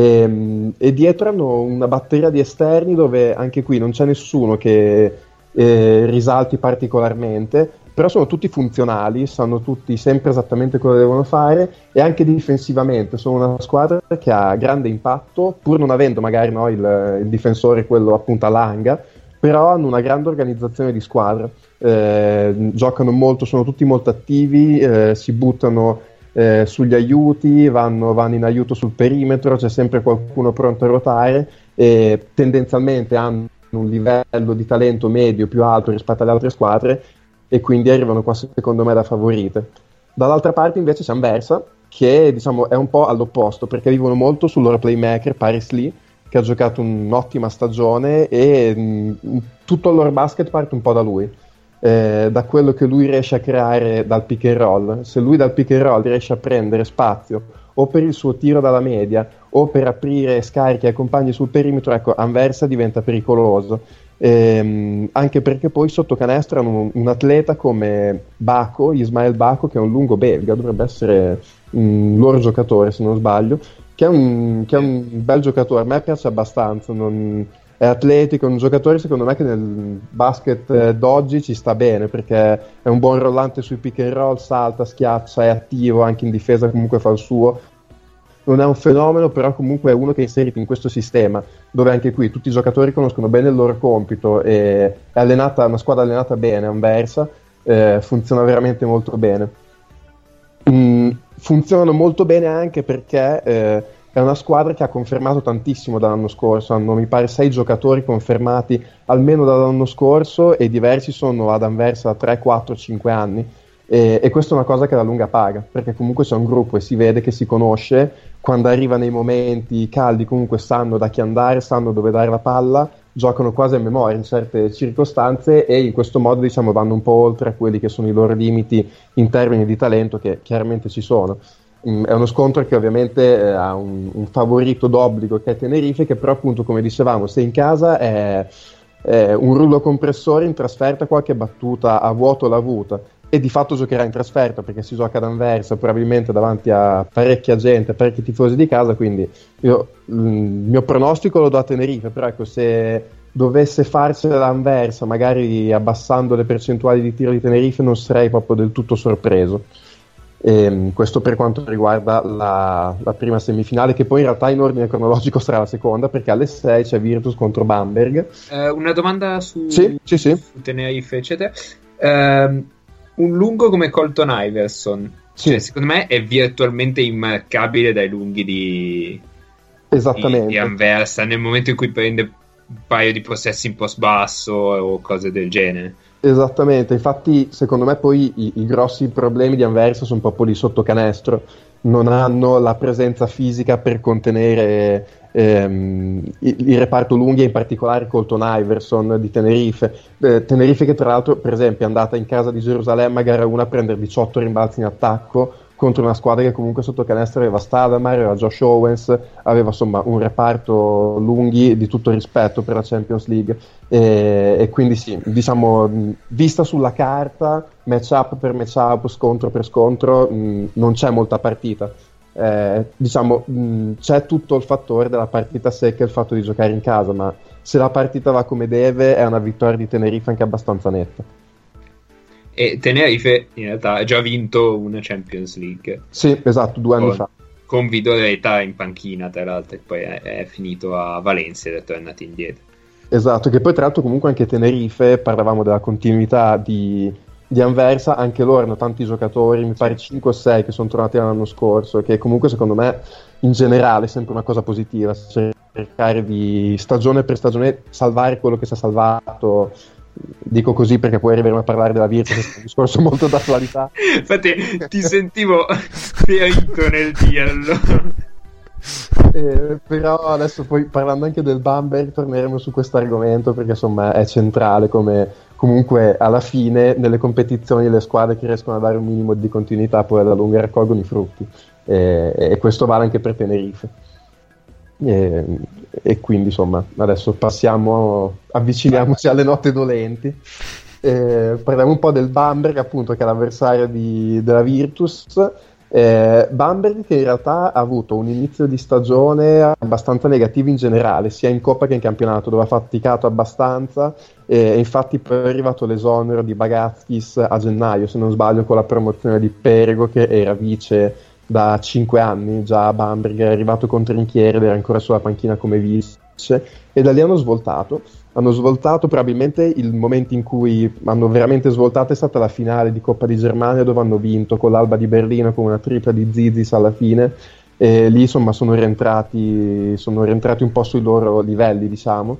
e dietro hanno una batteria di esterni dove anche qui non c'è nessuno che risalti particolarmente, però sono tutti funzionali, sanno tutti sempre esattamente cosa devono fare, e anche difensivamente sono una squadra che ha grande impatto, pur non avendo magari il difensore quello appunto a langa, però hanno una grande organizzazione di squadra, giocano molto, sono tutti molto attivi, si buttano sugli aiuti, vanno in aiuto sul perimetro, c'è sempre qualcuno pronto a ruotare, e tendenzialmente hanno un livello di talento medio più alto rispetto alle altre squadre, e quindi arrivano qua secondo me da favorite. Dall'altra parte invece c'è Anversa, che diciamo è un po' all'opposto, perché vivono molto sul loro playmaker Paris Lee, che ha giocato un'ottima stagione, e tutto il loro basket parte un po' da lui, da quello che lui riesce a creare dal pick and roll. Se lui dal pick and roll riesce a prendere spazio o per il suo tiro dalla media o per aprire scarichi ai compagni sul perimetro, ecco, Anversa diventa pericoloso, anche perché poi sotto canestro hanno un atleta come Bako, Ismael Bako, che è un lungo belga, dovrebbe essere un loro giocatore se non sbaglio, che è un bel giocatore. A me piace abbastanza, è atletico, è un giocatore secondo me che nel basket d'oggi ci sta bene, perché è un buon rollante sui pick and roll, salta, schiaccia, è attivo, anche in difesa comunque fa il suo. Non è un fenomeno, però comunque è uno che è inserito in questo sistema, dove anche qui tutti i giocatori conoscono bene il loro compito, e è una squadra allenata bene, Anversa, funziona veramente molto bene. Funzionano molto bene anche perché è una squadra che ha confermato tantissimo dall'anno scorso. Hanno mi pare 6 giocatori confermati almeno dall'anno scorso, e diversi sono ad Anversa da 3, 4, 5 anni, e questa è una cosa che alla lunga paga, perché comunque c'è un gruppo e si vede che si conosce, quando arriva nei momenti caldi comunque sanno da chi andare, sanno dove dare la palla, giocano quasi a memoria in certe circostanze e in questo modo diciamo vanno un po' oltre a quelli che sono i loro limiti in termini di talento, che chiaramente ci sono. È uno scontro che ovviamente ha un favorito d'obbligo che è Tenerife, che però appunto come dicevamo, se in casa è un rullo compressore, in trasferta qualche battuta a vuoto l'ha avuta e di fatto giocherà in trasferta perché si gioca ad Anversa, probabilmente davanti a parecchia gente, parecchi tifosi di casa, quindi io il mio pronostico lo do a Tenerife, però ecco, se dovesse farcela l'Anversa magari abbassando le percentuali di tiro di Tenerife non sarei proprio del tutto sorpreso. Questo per quanto riguarda la prima semifinale, che poi in realtà in ordine cronologico sarà la seconda, perché alle 6 c'è Virtus contro Bamberg. Una domanda su Sì. Tenerife eccetera. Un lungo come Colton Iverson, Sì. cioè, secondo me è virtualmente immarcabile dai lunghi di Anversa nel momento in cui prende un paio di possessi in post basso o cose del genere. Esattamente, infatti secondo me poi i grossi problemi di Anversa sono proprio lì sotto canestro, non hanno la presenza fisica per contenere il reparto lunghi e in particolare Colton Iverson di Tenerife. Tenerife che tra l'altro per esempio è andata in casa di Gerusalemme a gara 1 a prendere 18 rimbalzi in attacco contro una squadra che comunque sotto canestro aveva Stadamar, aveva Josh Owens, aveva insomma un reparto lunghi di tutto rispetto per la Champions League e quindi sì, diciamo vista sulla carta, match up per match up, scontro per scontro, non c'è molta partita. Diciamo c'è tutto il fattore della partita secca, il fatto di giocare in casa, ma se la partita va come deve è una vittoria di Tenerife anche abbastanza netta. E Tenerife in realtà ha già vinto una Champions League. Sì, esatto, 2 anni fa. Con Vidoreta in panchina, tra l'altro, e poi è finito a Valencia ed è tornato indietro. Esatto, che poi tra l'altro comunque anche Tenerife, parlavamo della continuità di Anversa, anche loro hanno tanti giocatori, mi pare 5 o 6 che sono tornati l'anno scorso, che comunque secondo me in generale è sempre una cosa positiva, cercare di stagione per stagione salvare quello che si è salvato. Dico così perché poi arriveremo a parlare della Virtus, è un discorso molto d'attualità. Infatti ti sentivo ferito nel dirlo. Però adesso poi parlando anche del Bamberg torneremo su questo argomento perché insomma è centrale, come comunque alla fine nelle competizioni le squadre che riescono a dare un minimo di continuità poi alla lunga raccolgono i frutti e questo vale anche per Tenerife. E quindi insomma adesso avviciniamoci alle note dolenti, parliamo un po' del Bamberg appunto, che è l'avversario della Virtus. Bamberg che in realtà ha avuto un inizio di stagione abbastanza negativo in generale, sia in Coppa che in campionato, dove ha faticato abbastanza e infatti poi è arrivato l'esonero di Bagatskis a gennaio, se non sbaglio, con la promozione di Perego, che era vice da 5 anni già a Bamberg, è arrivato con Trinchiere ed era ancora sulla panchina come vice, e da lì hanno svoltato probabilmente il momento in cui hanno veramente svoltato è stata la finale di Coppa di Germania, dove hanno vinto con l'Alba di Berlino con una tripla di Zizis alla fine, e lì insomma sono rientrati un po' sui loro livelli, diciamo.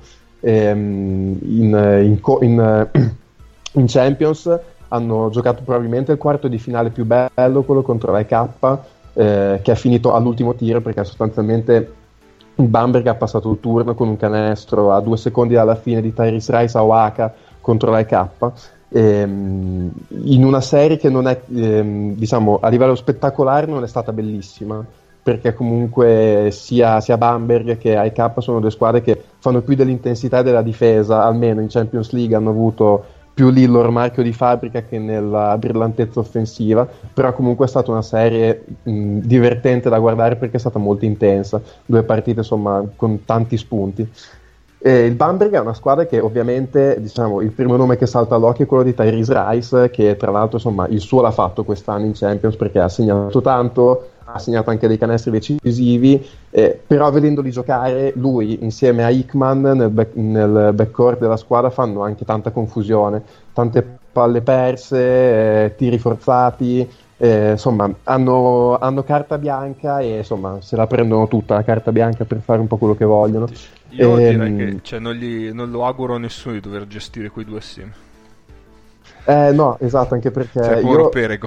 In Champions hanno giocato probabilmente il quarto di finale più bello, quello contro l'AEK, che è finito all'ultimo tiro perché sostanzialmente il Bamberg ha passato il turno con un canestro a 2 secondi dalla fine di Tyrese Rice a Oaxaca contro l'AEK, in una serie che non è diciamo a livello spettacolare non è stata bellissima, perché comunque sia Bamberg che AEK sono 2 squadre che fanno più dell'intensità e della difesa, almeno in Champions League hanno avuto più lì il loro marchio di fabbrica che nella brillantezza offensiva, però comunque è stata una serie divertente da guardare perché è stata molto intensa, 2 partite insomma con tanti spunti. Il Bamberg è una squadra che ovviamente, diciamo, il primo nome che salta all'occhio è quello di Tyrese Rice, che tra l'altro insomma il suo l'ha fatto quest'anno in Champions perché ha segnato tanto, ha segnato anche dei canestri decisivi, però vedendoli giocare lui insieme a Hickman nel backcourt della squadra fanno anche tanta confusione, tante palle perse, tiri forzati, insomma hanno carta bianca e insomma se la prendono tutta la carta bianca per fare un po' quello che vogliono. Io direi che non lo auguro a nessuno di dover gestire quei 2 assieme. No, esatto, anche perché Cioè, povero Perego.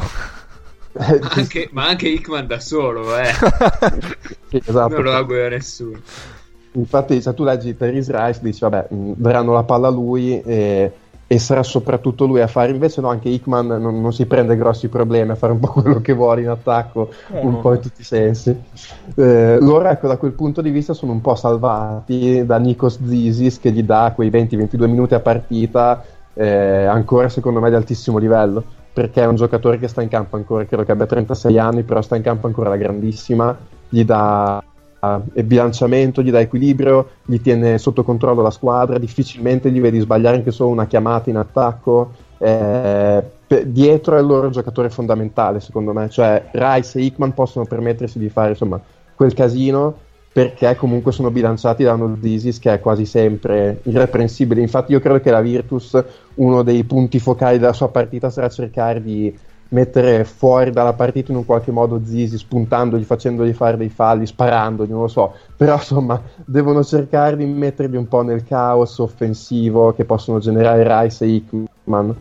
Ma anche Hickman da solo, Sì, esatto. non lo auguro a nessuno. Infatti, se tu leggi Tyrese Rice, dici, vabbè, daranno la palla a lui e sarà soprattutto lui a fare. Invece no, anche Hickman non si prende grossi problemi a fare un po' quello che vuole in attacco, un po' in tutti i sensi. Loro, ecco, da quel punto di vista sono un po' salvati da Nikos Zizis, che gli dà quei 20-22 minuti a partita, ancora secondo me di altissimo livello, perché è un giocatore che sta in campo ancora, credo che abbia 36 anni, però sta in campo ancora alla grandissima, gli dà bilanciamento, gli dà equilibrio, gli tiene sotto controllo la squadra, difficilmente gli vedi sbagliare anche solo una chiamata in attacco. Dietro è il loro giocatore fondamentale, secondo me, cioè Rice e Hickman possono permettersi di fare, insomma, quel casino, perché comunque sono bilanciati da uno Zizis che è quasi sempre irreprensibile. Infatti io credo che la Virtus, uno dei punti focali della sua partita sarà cercare di mettere fuori dalla partita in un qualche modo Zizis, spuntandogli, facendogli fare dei falli, sparandogli, non lo so, però insomma devono cercare di metterli un po' nel caos offensivo che possono generare Rice e Hickman,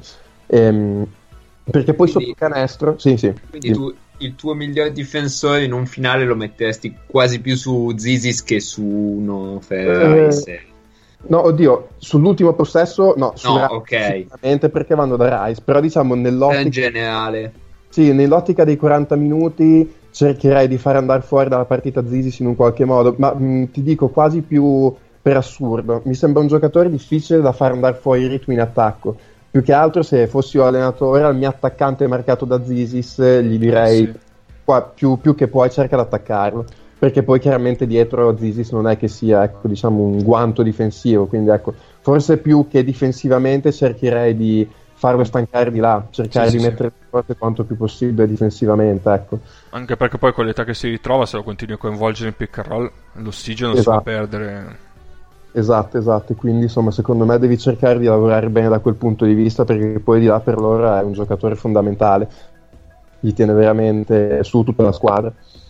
perché poi sotto canestro quindi tu il tuo miglior difensore in un finale lo metteresti quasi più su Zizis che su uno Rice. No, oddio, sull'ultimo possesso no, su Rice, ok, sicuramente, perché vanno da Rice, però diciamo nell'ottica in generale, sì, nell'ottica dei 40 minuti cercherei di far andare fuori dalla partita Zizis in un qualche modo, ma ti dico quasi più per assurdo, mi sembra un giocatore difficile da far andare fuori il ritmo in attacco. Più che altro, se fossi io allenatore, al mio attaccante marcato da Zizis gli direi più che puoi cerca di attaccarlo, perché poi chiaramente dietro Zizis non è che sia, ecco, diciamo, un guanto difensivo, quindi ecco, forse più che difensivamente cercherei di farlo stancare di là, cercare di mettere forte quanto più possibile difensivamente, ecco. Anche perché poi con l'età che si ritrova, se lo continui a coinvolgere in pick and roll, l'ossigeno si va a perdere. Esatto, quindi insomma secondo me devi cercare di lavorare bene da quel punto di vista, perché poi di là per loro è un giocatore fondamentale, gli tiene veramente su tutta la squadra.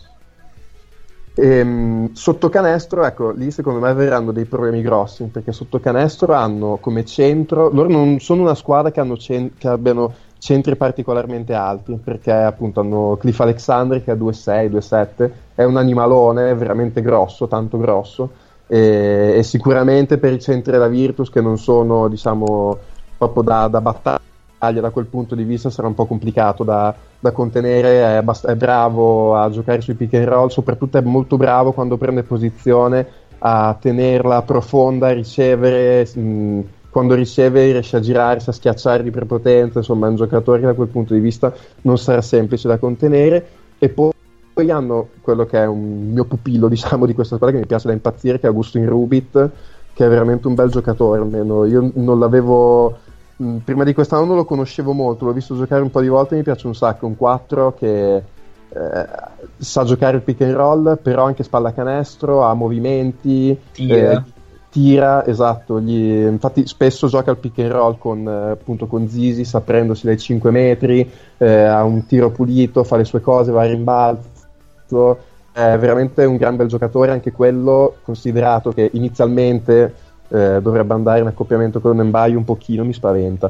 Sotto canestro, ecco, lì secondo me verranno dei problemi grossi, perché sotto canestro hanno come centro, loro non sono una squadra che abbiano centri particolarmente alti, perché appunto hanno Cliff Alexander che è 2'6", 2'7", è un animalone, è veramente grosso, tanto grosso, e sicuramente per i centri della Virtus, che non sono, diciamo, proprio da battaglia da quel punto di vista, sarà un po' complicato da contenere. È bravo a giocare sui pick and roll, soprattutto è molto bravo quando prende posizione a tenerla profonda, a ricevere, quando riceve riesce a girarsi, a schiacciare di prepotenza, insomma è un giocatore che da quel punto di vista non sarà semplice da contenere. E poi hanno quello che è un mio pupillo, diciamo, di questa squadra, che mi piace da impazzire, che è Augustin Rubit, che è veramente un bel giocatore. Almeno io non l'avevo, prima di quest'anno non lo conoscevo molto, l'ho visto giocare un po' di volte, mi piace un sacco, un 4 che sa giocare il pick and roll, però anche spalla canestro, ha movimenti, tira, esatto, infatti spesso gioca il pick and roll appunto con Zizis, aprendosi dai 5 metri, ha un tiro pulito, fa le sue cose, va a rimbalzo, è veramente un gran bel giocatore anche quello, considerato che inizialmente dovrebbe andare in accoppiamento con Mbaye, un pochino mi spaventa.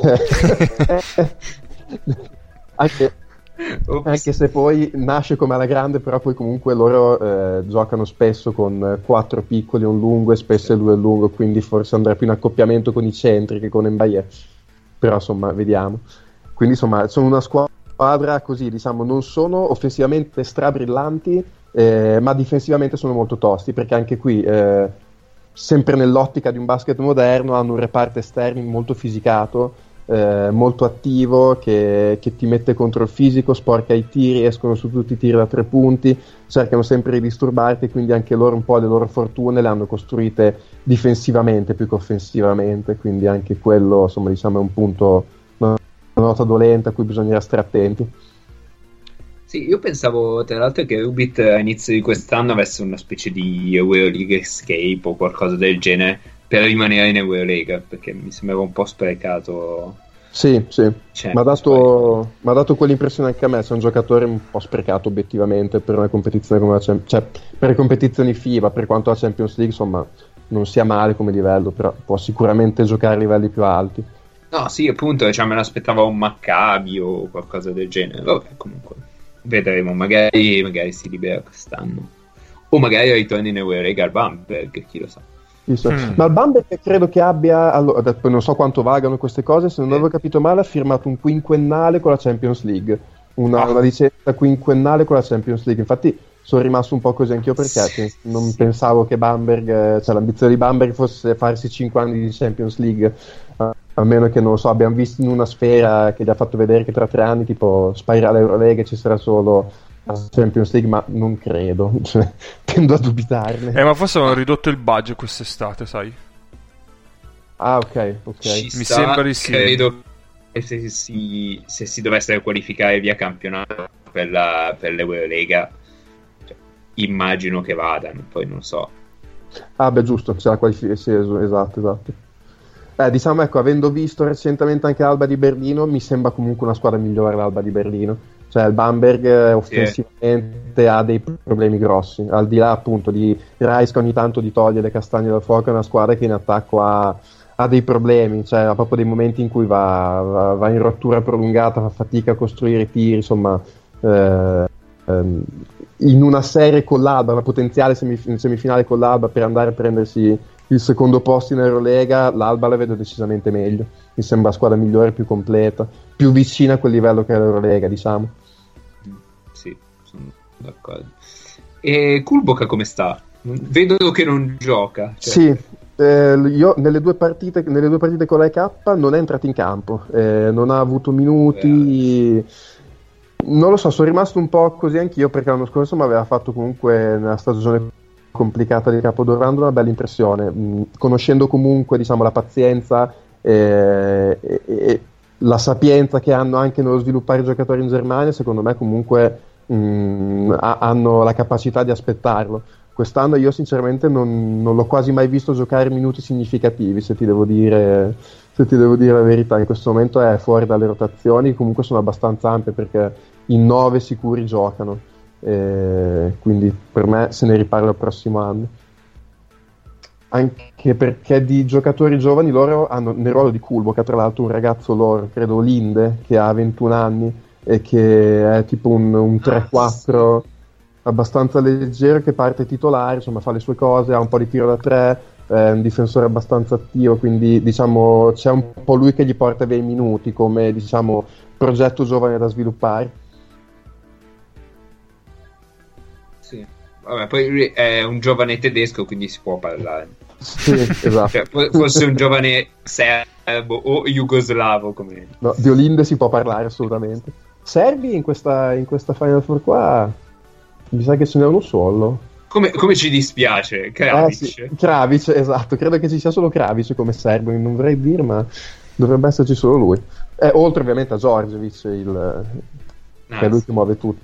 Anche se poi nasce come alla grande, però poi comunque loro giocano spesso con 4 piccoli e un lungo, e spesso è lui è lungo, quindi forse andrà più in accoppiamento con i centri che con Mbaye, però insomma vediamo. Quindi insomma sono una squadra così, diciamo, non sono offensivamente strabrillanti, ma difensivamente sono molto tosti, perché anche qui sempre nell'ottica di un basket moderno hanno un reparto esterni molto fisicato, molto attivo, che ti mette contro il fisico, sporca i tiri, escono su tutti i tiri da 3 punti, cercano sempre di disturbarti, quindi anche loro un po' le loro fortune le hanno costruite difensivamente più che offensivamente, quindi anche quello, insomma, diciamo è un punto, una nota dolente a cui bisognerà stare attenti. Sì, io pensavo tra l'altro che Rubit a inizio di quest'anno avesse una specie di Euroleague Escape o qualcosa del genere per rimanere in Eurolega, perché mi sembrava un po' sprecato. Sì, mi ha dato quell'impressione anche a me. Sei un giocatore un po' sprecato obiettivamente per una competizione come cioè per le competizioni FIBA, per quanto la Champions League insomma non sia male come livello, però può sicuramente giocare a livelli più alti. No, sì, appunto, cioè, me l'aspettavo un Maccabi o qualcosa del genere. Vabbè, comunque, vedremo, magari si libera quest'anno. O magari ritorni in Eurolega al Bamberg, chi lo sa. Ma il Bamberg credo che abbia, allora, non so quanto valgano queste cose, se non avevo capito male ha firmato un quinquennale con la Champions League, una licenza quinquennale con la Champions League. Infatti sono rimasto un po' così anch'io, perché non pensavo che Bamberg, cioè l'ambizione di Bamberg fosse farsi 5 anni di Champions League, a meno che, non lo so, abbiamo visto in una sfera che gli ha fatto vedere che tra 3 anni tipo sparirà l'Eurolega e ci sarà solo la Champions League, ma non credo, cioè, tendo a dubitarne. Ma forse hanno ridotto il budget quest'estate, sai? Ah, ok. Mi sembra di sì. Credo che se si dovesse qualificare via campionato per l'Eurolega, cioè, immagino che vadano, poi non so. Ah, beh, giusto, c'è la qualificazione, sì, esatto. Diciamo, ecco, avendo visto recentemente anche l'Alba di Berlino, mi sembra comunque una squadra migliore l'Alba di Berlino. Cioè il Bamberg offensivamente ha dei problemi grossi, al di là appunto di Rice che ogni tanto gli toglie le castagne dal fuoco. È una squadra che in attacco ha dei problemi, cioè ha proprio dei momenti in cui va in rottura prolungata, fa fatica a costruire i tiri, insomma, in una serie con l'Alba, una potenziale semifinale con l'Alba per andare a prendersi il secondo posto in Eurolega, l'Alba la vedo decisamente meglio, mi sembra la squadra migliore, più completa, più vicina a quel livello che è l'Eurolega, diciamo. Sì, sono d'accordo. E Kulboka come sta? Vedo che non gioca. Cioè. Sì, io nelle due partite con la EK non è entrato in campo, non ha avuto minuti. Non lo so, sono rimasto un po' così anch'io, perché l'anno scorso mi aveva fatto comunque nella stagione complicata di Capodorlando una bella impressione, conoscendo comunque, diciamo, la pazienza e la sapienza che hanno anche nello sviluppare i giocatori in Germania. Secondo me comunque hanno la capacità di aspettarlo. Quest'anno io sinceramente non l'ho quasi mai visto giocare minuti significativi, se ti devo dire la verità. In questo momento è fuori dalle rotazioni, comunque sono abbastanza ampie, perché in 9 sicuri giocano. Quindi per me se ne riparla il prossimo anno, anche perché di giocatori giovani loro hanno nel ruolo di Kulboka, tra l'altro, un ragazzo loro, credo Linde, che ha 21 anni e che è tipo un 3-4 abbastanza leggero, che parte titolare, insomma fa le sue cose, ha un po' di tiro da 3, è un difensore abbastanza attivo, quindi diciamo c'è un po' lui che gli porta via i minuti come, diciamo, progetto giovane da sviluppare. Sì. Vabbè, poi lui è un giovane tedesco, quindi si può parlare. Sì, esatto. Cioè, fosse un giovane serbo o jugoslavo, come... No, di Olinde si può parlare assolutamente. Serbi in questa Final Four qua mi sa che ce n'è uno solo. Come ci dispiace, Kravic. Sì, Kravic, esatto, credo che ci sia solo Kravic come serbo, non vorrei dire, ma dovrebbe esserci solo lui. Oltre ovviamente a Djordjevic, che è lui che muove tutto.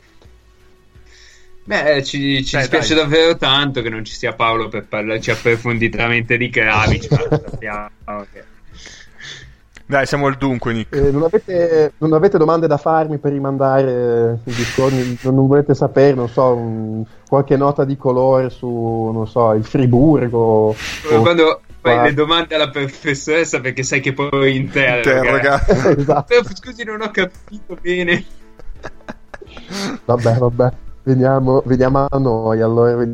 Beh, ci dispiace davvero tanto che non ci sia Paolo per parlarci approfonditamente di Kravic, ma sappiamo che... Dai, siamo al dunque, Nick. Non avete domande da farmi per rimandare i discorsi? Non volete sapere, non so, qualche nota di colore su, non so, il Friburgo? Quando fai le domande alla professoressa, perché sai che poi interroga. Esatto. Scusi, non ho capito bene. Vabbè. Veniamo a noi, allora.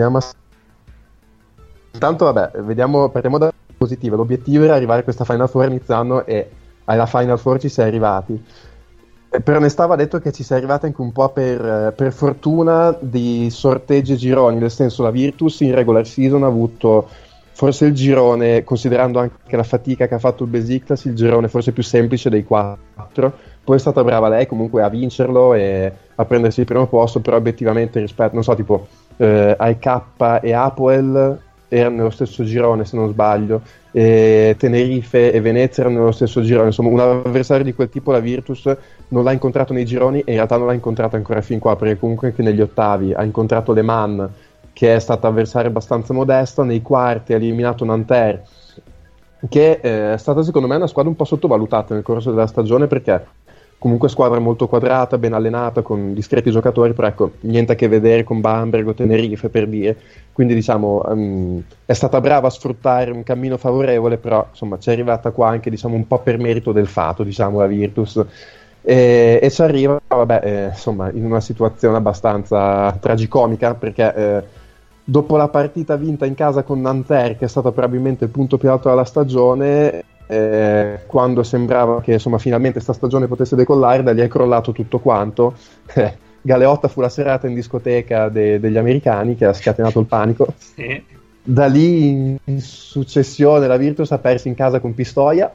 Intanto, partiamo da positive. L'obiettivo era arrivare a questa Final Four inizio anno, e alla Final Four ci sei arrivati. Per onestà va detto che ci sei arrivati anche un po' per fortuna di sorteggi e gironi, nel senso, la Virtus in regular season ha avuto forse il girone, considerando anche la fatica che ha fatto il Besiktas, il girone forse più semplice dei 4. Poi è stata brava lei comunque a vincerlo e a prendersi il primo posto, però obiettivamente rispetto, non so, tipo AEK e Apoel erano nello stesso girone, se non sbaglio, e Tenerife e Venezia erano nello stesso girone. Insomma, un avversario di quel tipo la Virtus non l'ha incontrato nei gironi, e in realtà non l'ha incontrato ancora fin qua, perché comunque anche negli ottavi ha incontrato Le Mans, che è stata avversaria abbastanza modesta. Nei quarti ha eliminato Nanterre, che è stata secondo me una squadra un po' sottovalutata nel corso della stagione, perché comunque squadra molto quadrata, ben allenata, con discreti giocatori, però ecco, niente a che vedere con Bamberg o Tenerife, per dire. Quindi diciamo è stata brava a sfruttare un cammino favorevole, però insomma ci è arrivata qua anche diciamo un po' per merito del fato, diciamo, la Virtus. E ci arriva, vabbè, insomma, in una situazione abbastanza tragicomica, perché dopo la partita vinta in casa con Nanterre, che è stata probabilmente il punto più alto della stagione, quando sembrava che insomma finalmente sta stagione potesse decollare, da lì è crollato tutto quanto. Galeotta fu la serata in discoteca degli americani che ha scatenato il panico. Sì. Da lì in successione la Virtus ha perso in casa con Pistoia,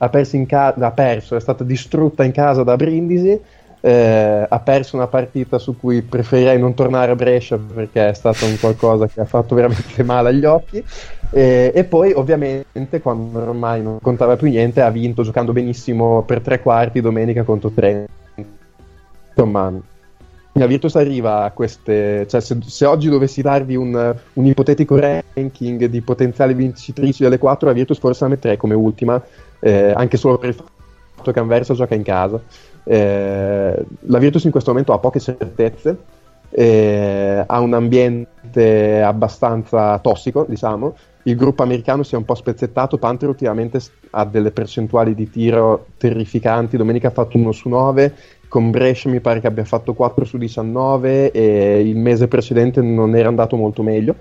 è stata distrutta in casa da Brindisi, ha perso una partita su cui preferirei non tornare a Brescia perché è stato un qualcosa che ha fatto veramente male agli occhi, e poi ovviamente quando ormai non contava più niente ha vinto giocando benissimo per 3/4 domenica contro Trento. Insomma, la Virtus arriva a queste, cioè se oggi dovessi darvi un ipotetico ranking di potenziali vincitrici delle 4, la Virtus forse la metterei come ultima, anche solo per il fatto che Anversa gioca in casa. La Virtus in questo momento ha poche certezze, ha un ambiente abbastanza tossico, diciamo. Il gruppo americano si è un po' spezzettato. Panther ultimamente ha delle percentuali di tiro terrificanti. Domenica ha fatto 1 su 9, con Brescia mi pare che abbia fatto 4 su 19, e il mese precedente non era andato molto meglio.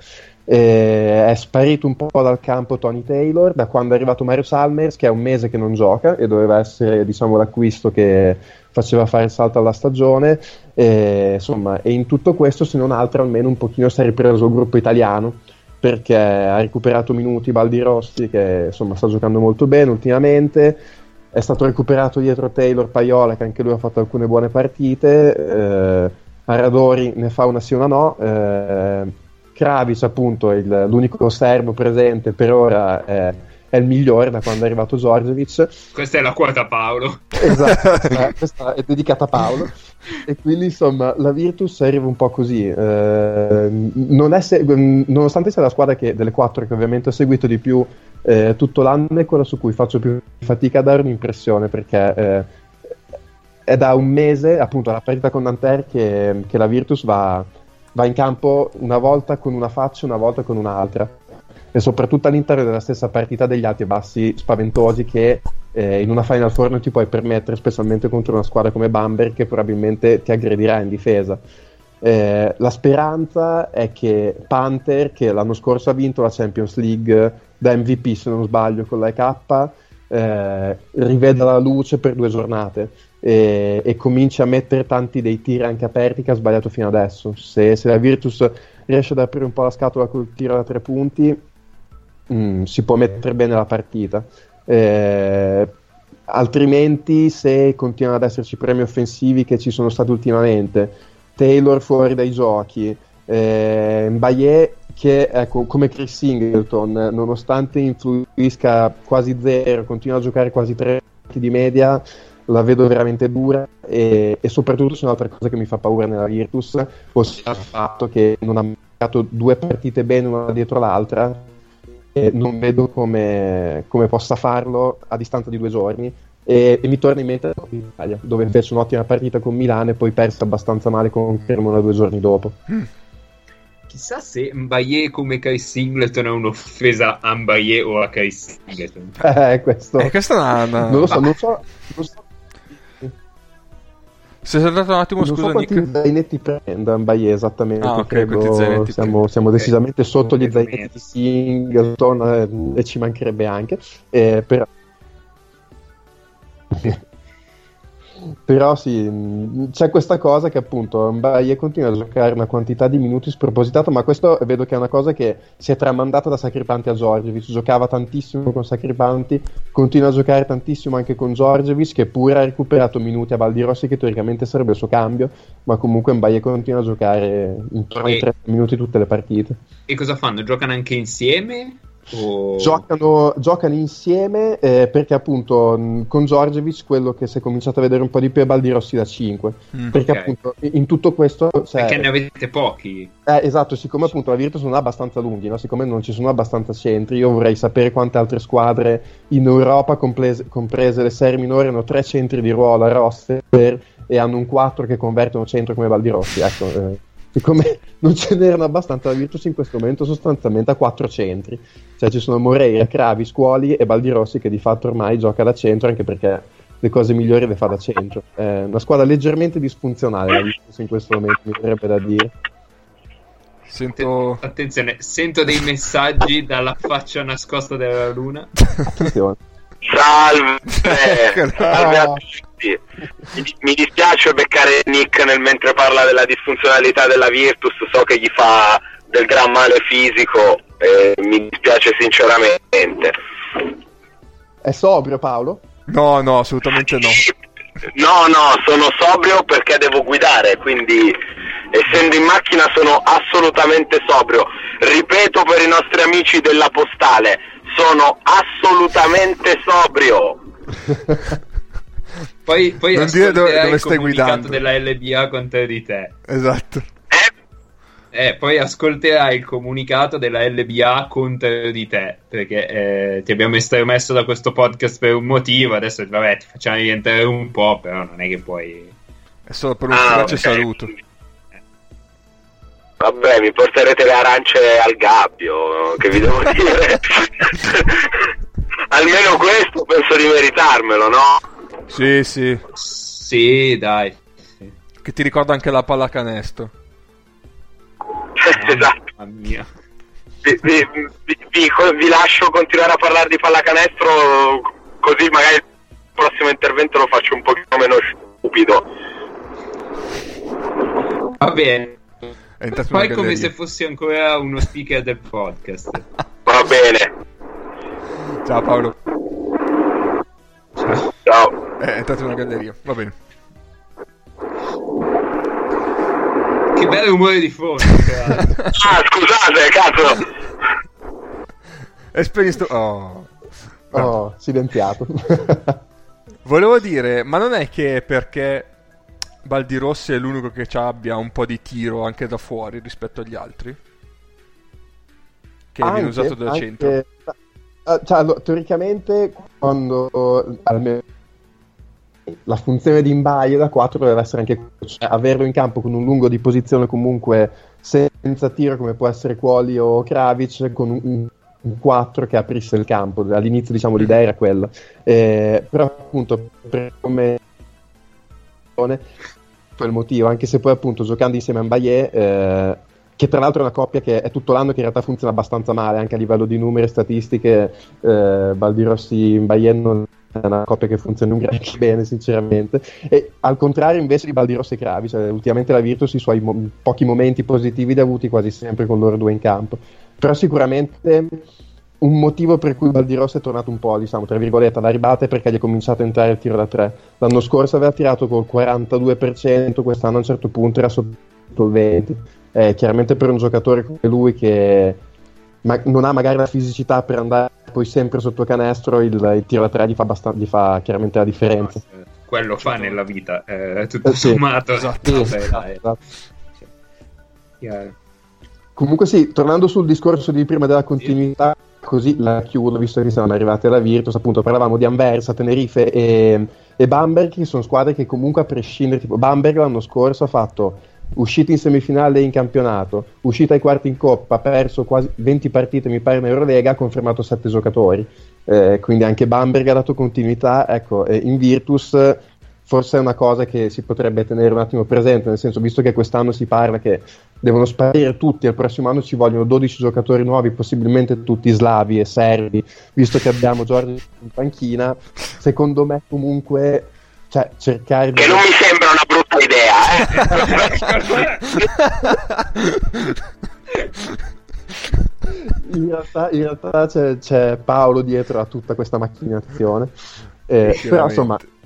È sparito un po' dal campo Tony Taylor da quando è arrivato Mario Salmers, che è un mese che non gioca e doveva essere, diciamo, l'acquisto che faceva fare il salto alla stagione. Insomma, e in tutto questo, se non altro, almeno un pochino si è ripreso il gruppo italiano, perché ha recuperato minuti Baldi Rossi, che insomma sta giocando molto bene ultimamente. È stato recuperato dietro Taylor Paiola, che anche lui ha fatto alcune buone partite. Aradori ne fa una sì una no. Kravic, appunto, l'unico serbo presente per ora, è il migliore da quando è arrivato Djordjevic. Questa è la quota Paolo. Esatto, questa è dedicata a Paolo. E quindi insomma la Virtus arriva un po' così, nonostante sia la squadra delle 4 che ovviamente ho seguito di più tutto l'anno, è quella su cui faccio più fatica a dare un'impressione, perché è da un mese, appunto, la partita con Nanterre, che la Virtus va in campo una volta con una faccia, una volta con un'altra, e soprattutto all'interno della stessa partita degli alti e bassi spaventosi che in una Final Four non ti puoi permettere, specialmente contro una squadra come Bamberg, che probabilmente ti aggredirà in difesa. La speranza è che Panther, che l'anno scorso ha vinto la Champions League da MVP se non sbaglio con la EK, riveda la luce per 2 giornate e comincia a mettere tanti dei tiri anche aperti che ha sbagliato fino adesso. Se la Virtus riesce ad aprire un po' la scatola col tiro da 3 punti, si può mettere bene la partita. Altrimenti, se continuano ad esserci premi offensivi che ci sono stati ultimamente, Taylor fuori dai giochi, Mbaye che, ecco, come Chris Singleton, nonostante influisca quasi 0, continua a giocare quasi 3 di media, la vedo veramente dura. E soprattutto c'è un'altra cosa che mi fa paura nella Virtus, ossia il fatto che non ha giocato 2 partite bene una dietro l'altra, e non vedo come possa farlo a distanza di 2 giorni. E mi torna in mente la Coppa Italia, dove fece un'ottima partita con Milano e poi perse abbastanza male con Cremona 2 giorni dopo. Chissà se Mbaye come Chris Singleton è un'offesa a Mbaye o a Chris Singleton. Questo non lo so. Se sei andato un attimo, scusa, so quanti Nick. zainetti prenda Mbaye esattamente. Ok, credo siamo decisamente sotto gli zainetti di Singleton, e ci mancherebbe anche, però sì, c'è questa cosa che appunto Mbaye continua a giocare una quantità di minuti spropositata, ma questo vedo che è una cosa che si è tramandata da Sacripanti a Djordjevic. Giocava tantissimo con Sacripanti, continua a giocare tantissimo anche con Djordjevic, che pure ha recuperato minuti a Baldi Rossi, che teoricamente sarebbe il suo cambio, ma comunque Mbaye continua a giocare intorno ai 30 minuti tutte le partite. E cosa fanno? Giocano anche insieme? Giocano insieme perché appunto con Djordjevic quello che si è cominciato a vedere un po' di più è Baldirossi da 5 perché appunto in tutto questo perché ne avete pochi. Esatto, siccome appunto la Virtus non è abbastanza lunghi, no? Siccome non ci sono abbastanza centri, io vorrei sapere quante altre squadre in Europa, comprese le serie minori, hanno 3 centri di ruolo a roster e hanno un 4 che convertono centro come Baldirossi, ecco. Siccome non ce n'erano abbastanza, la Virtus in questo momento sostanzialmente ha 4 centri, cioè ci sono Moreira, Kravi, Scuoli e Baldirossi che di fatto ormai gioca da centro, anche perché le cose migliori le fa da centro. È una squadra leggermente disfunzionale la Virtus in questo momento, mi verrebbe da dire. Attenzione, sento dei messaggi dalla faccia nascosta della luna. Attenzione. Salve a tutti. Mi dispiace beccare Nick mentre parla della disfunzionalità della Virtus, so che gli fa del gran male fisico e mi dispiace sinceramente. È sobrio Paolo? No, assolutamente no. No, sono sobrio perché devo guidare, quindi essendo in macchina sono assolutamente sobrio. Ripeto per i nostri amici della Postale, sono assolutamente sobrio. Poi non dire dove stai il comunicato guidando della LBA contro di te. Esatto. Poi ascolterai il comunicato della LBA contro di te, perché ti abbiamo estromesso da questo podcast per un motivo, adesso vabbè ti facciamo rientrare un po', però non è che puoi... È solo per un fugace saluto. Vabbè, mi porterete le arance al gabbio, che vi devo dire? Almeno questo penso di meritarmelo, no? Sì. Sì, dai. Sì. Che ti ricorda anche la pallacanestro. Esatto. Mamma mia. Vi lascio continuare a parlare di pallacanestro, così magari il prossimo intervento lo faccio un pochino meno stupido. Va bene. Fai come galleria. se fossi ancora uno speaker del podcast. Va bene. Ciao Paolo. Ciao. È entrato in una galleria, va bene. Che bel rumore di fondo. Scusate, cazzo. È spegni silenziato. Volevo dire, ma non è che perché Baldirossi è l'unico che abbia un po' di tiro anche da fuori rispetto agli altri? Che viene usato da centro? Allora, teoricamente quando almeno la funzione di Mbaye da 4 deve essere anche averlo in campo con un lungo di posizione comunque senza tiro come può essere Cuoli o Kravic, con un 4 che aprisse il campo. All'inizio diciamo l'idea era quella, però appunto per come il motivo, anche se poi appunto giocando insieme a Mbaye, che tra l'altro è una coppia che è tutto l'anno che in realtà funziona abbastanza male anche a livello di numeri e statistiche, Baldirossi Mbaye non è una coppia che funziona un granché bene sinceramente, e al contrario invece di Baldirossi e Kravi, cioè, ultimamente la Virtus i suoi pochi momenti positivi li ha avuti quasi sempre con loro due in campo, però sicuramente un motivo per cui Baldirossi è tornato un po', diciamo, tra virgolette, alla ribalta è perché gli è cominciato a entrare il tiro da 3. L'anno scorso aveva tirato col 42%, quest'anno a un certo punto era sotto il 20%. Chiaramente per un giocatore come lui che non ha magari la fisicità per andare poi sempre sotto canestro, il tiro da 3 gli fa chiaramente la differenza. Quello fa nella vita, tutto sommato. Esatto. Esatto. Comunque sì, tornando sul discorso di prima della continuità, così la chiudo visto che siamo arrivati alla Virtus, appunto parlavamo di Anversa, Tenerife e Bamberg, che sono squadre che comunque a prescindere, tipo Bamberg l'anno scorso ha fatto uscita in semifinale in campionato, uscita ai quarti in Coppa, ha perso quasi 20 partite mi pare in Eurolega, ha confermato 7 giocatori, quindi anche Bamberg ha dato continuità, ecco, in Virtus forse è una cosa che si potrebbe tenere un attimo presente, nel senso, visto che quest'anno si parla che devono sparire tutti, al prossimo anno ci vogliono 12 giocatori nuovi, possibilmente tutti slavi e serbi, visto che abbiamo Giorgio in panchina, secondo me comunque, cioè, cercare di... Che non mi sembra una brutta idea, In realtà c'è Paolo dietro a tutta questa macchinazione, però insomma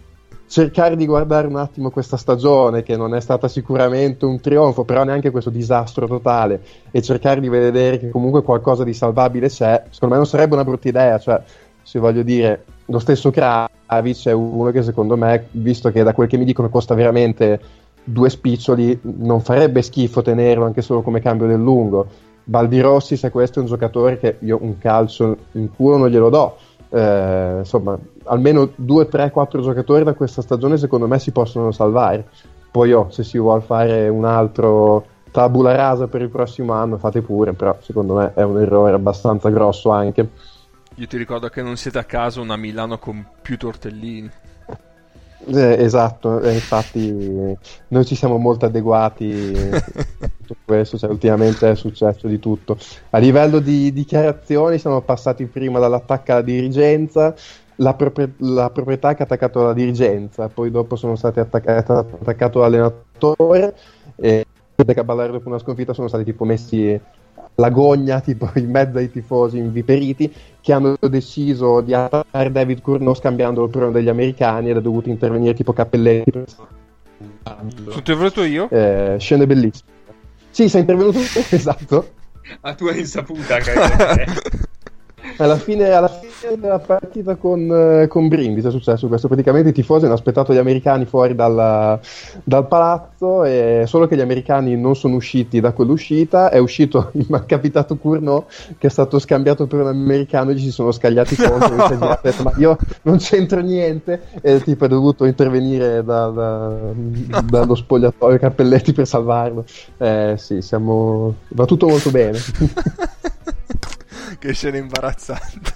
cercare di guardare un attimo questa stagione, che non è stata sicuramente un trionfo, però neanche questo disastro totale, e cercare di vedere che comunque qualcosa di salvabile c'è, secondo me non sarebbe una brutta idea. Cioè, se voglio dire, lo stesso Kravic è uno che secondo me, visto che da quel che mi dicono costa veramente 2 spiccioli, non farebbe schifo tenerlo anche solo come cambio del lungo. Baldirossi, se questo è un giocatore che io un calcio in culo non glielo do. Insomma, almeno 2, 3, 4 giocatori da questa stagione secondo me si possono salvare. Poi se si vuole fare un altro tabula rasa per il prossimo anno, fate pure, però secondo me è un errore abbastanza grosso anche. Io ti ricordo che non siete a caso una Milano con più tortellini. Esatto, infatti noi ci siamo molto adeguati a tutto questo, cioè, ultimamente è successo di tutto. A livello di dichiarazioni siamo passati prima dall'attacco alla dirigenza, la proprietà che ha attaccato la dirigenza, poi dopo sono stati attaccato l'allenatore, e a ballare dopo una sconfitta sono stati tipo messi l'agonia tipo in mezzo ai tifosi inviperiti, che hanno deciso di attaccare David Cournot scambiandolo per uno degli americani, ed è dovuto intervenire tipo Cappelletti per... Sono intervenuto io? Scene bellissime. Sì, sei intervenuto esatto. A tua insaputa, alla fine della partita con Brindisi è successo questo. Praticamente i tifosi hanno aspettato gli americani fuori dal palazzo, e solo che gli americani non sono usciti da quell'uscita. È uscito il malcapitato Cournot, che è stato scambiato per un americano, e gli si sono scagliati contro. Ha detto, ma io non c'entro niente, e il tipo è dovuto intervenire dallo spogliatoio Cappelletti per salvarlo. Sì, va tutto molto bene. Che scena imbarazzante.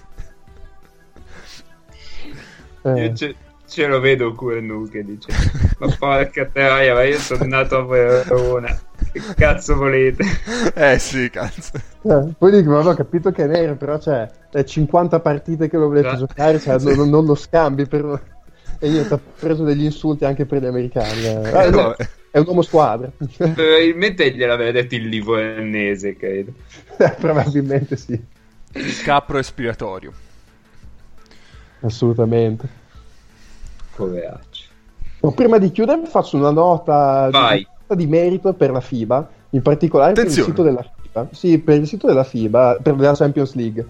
Io ce lo vedo Cournot che dice: ma porca troia, ma io sono nato a Verona, che cazzo volete? Sì, cazzo. Poi dico, ma ho capito che è nero, però c'è 50 partite che lo volete giocare, cioè, non lo scambi per... E niente, ha preso degli insulti anche per gli americani. È un uomo squadra. Probabilmente gliel'aveva detto il livornese, credo. Probabilmente sì. Il capro espiratorio. Assolutamente. Poveraccio. Prima di chiudere faccio una nota di merito per la FIBA, in particolare per il sito della FIBA. Sì, per il sito della FIBA, per la Champions League.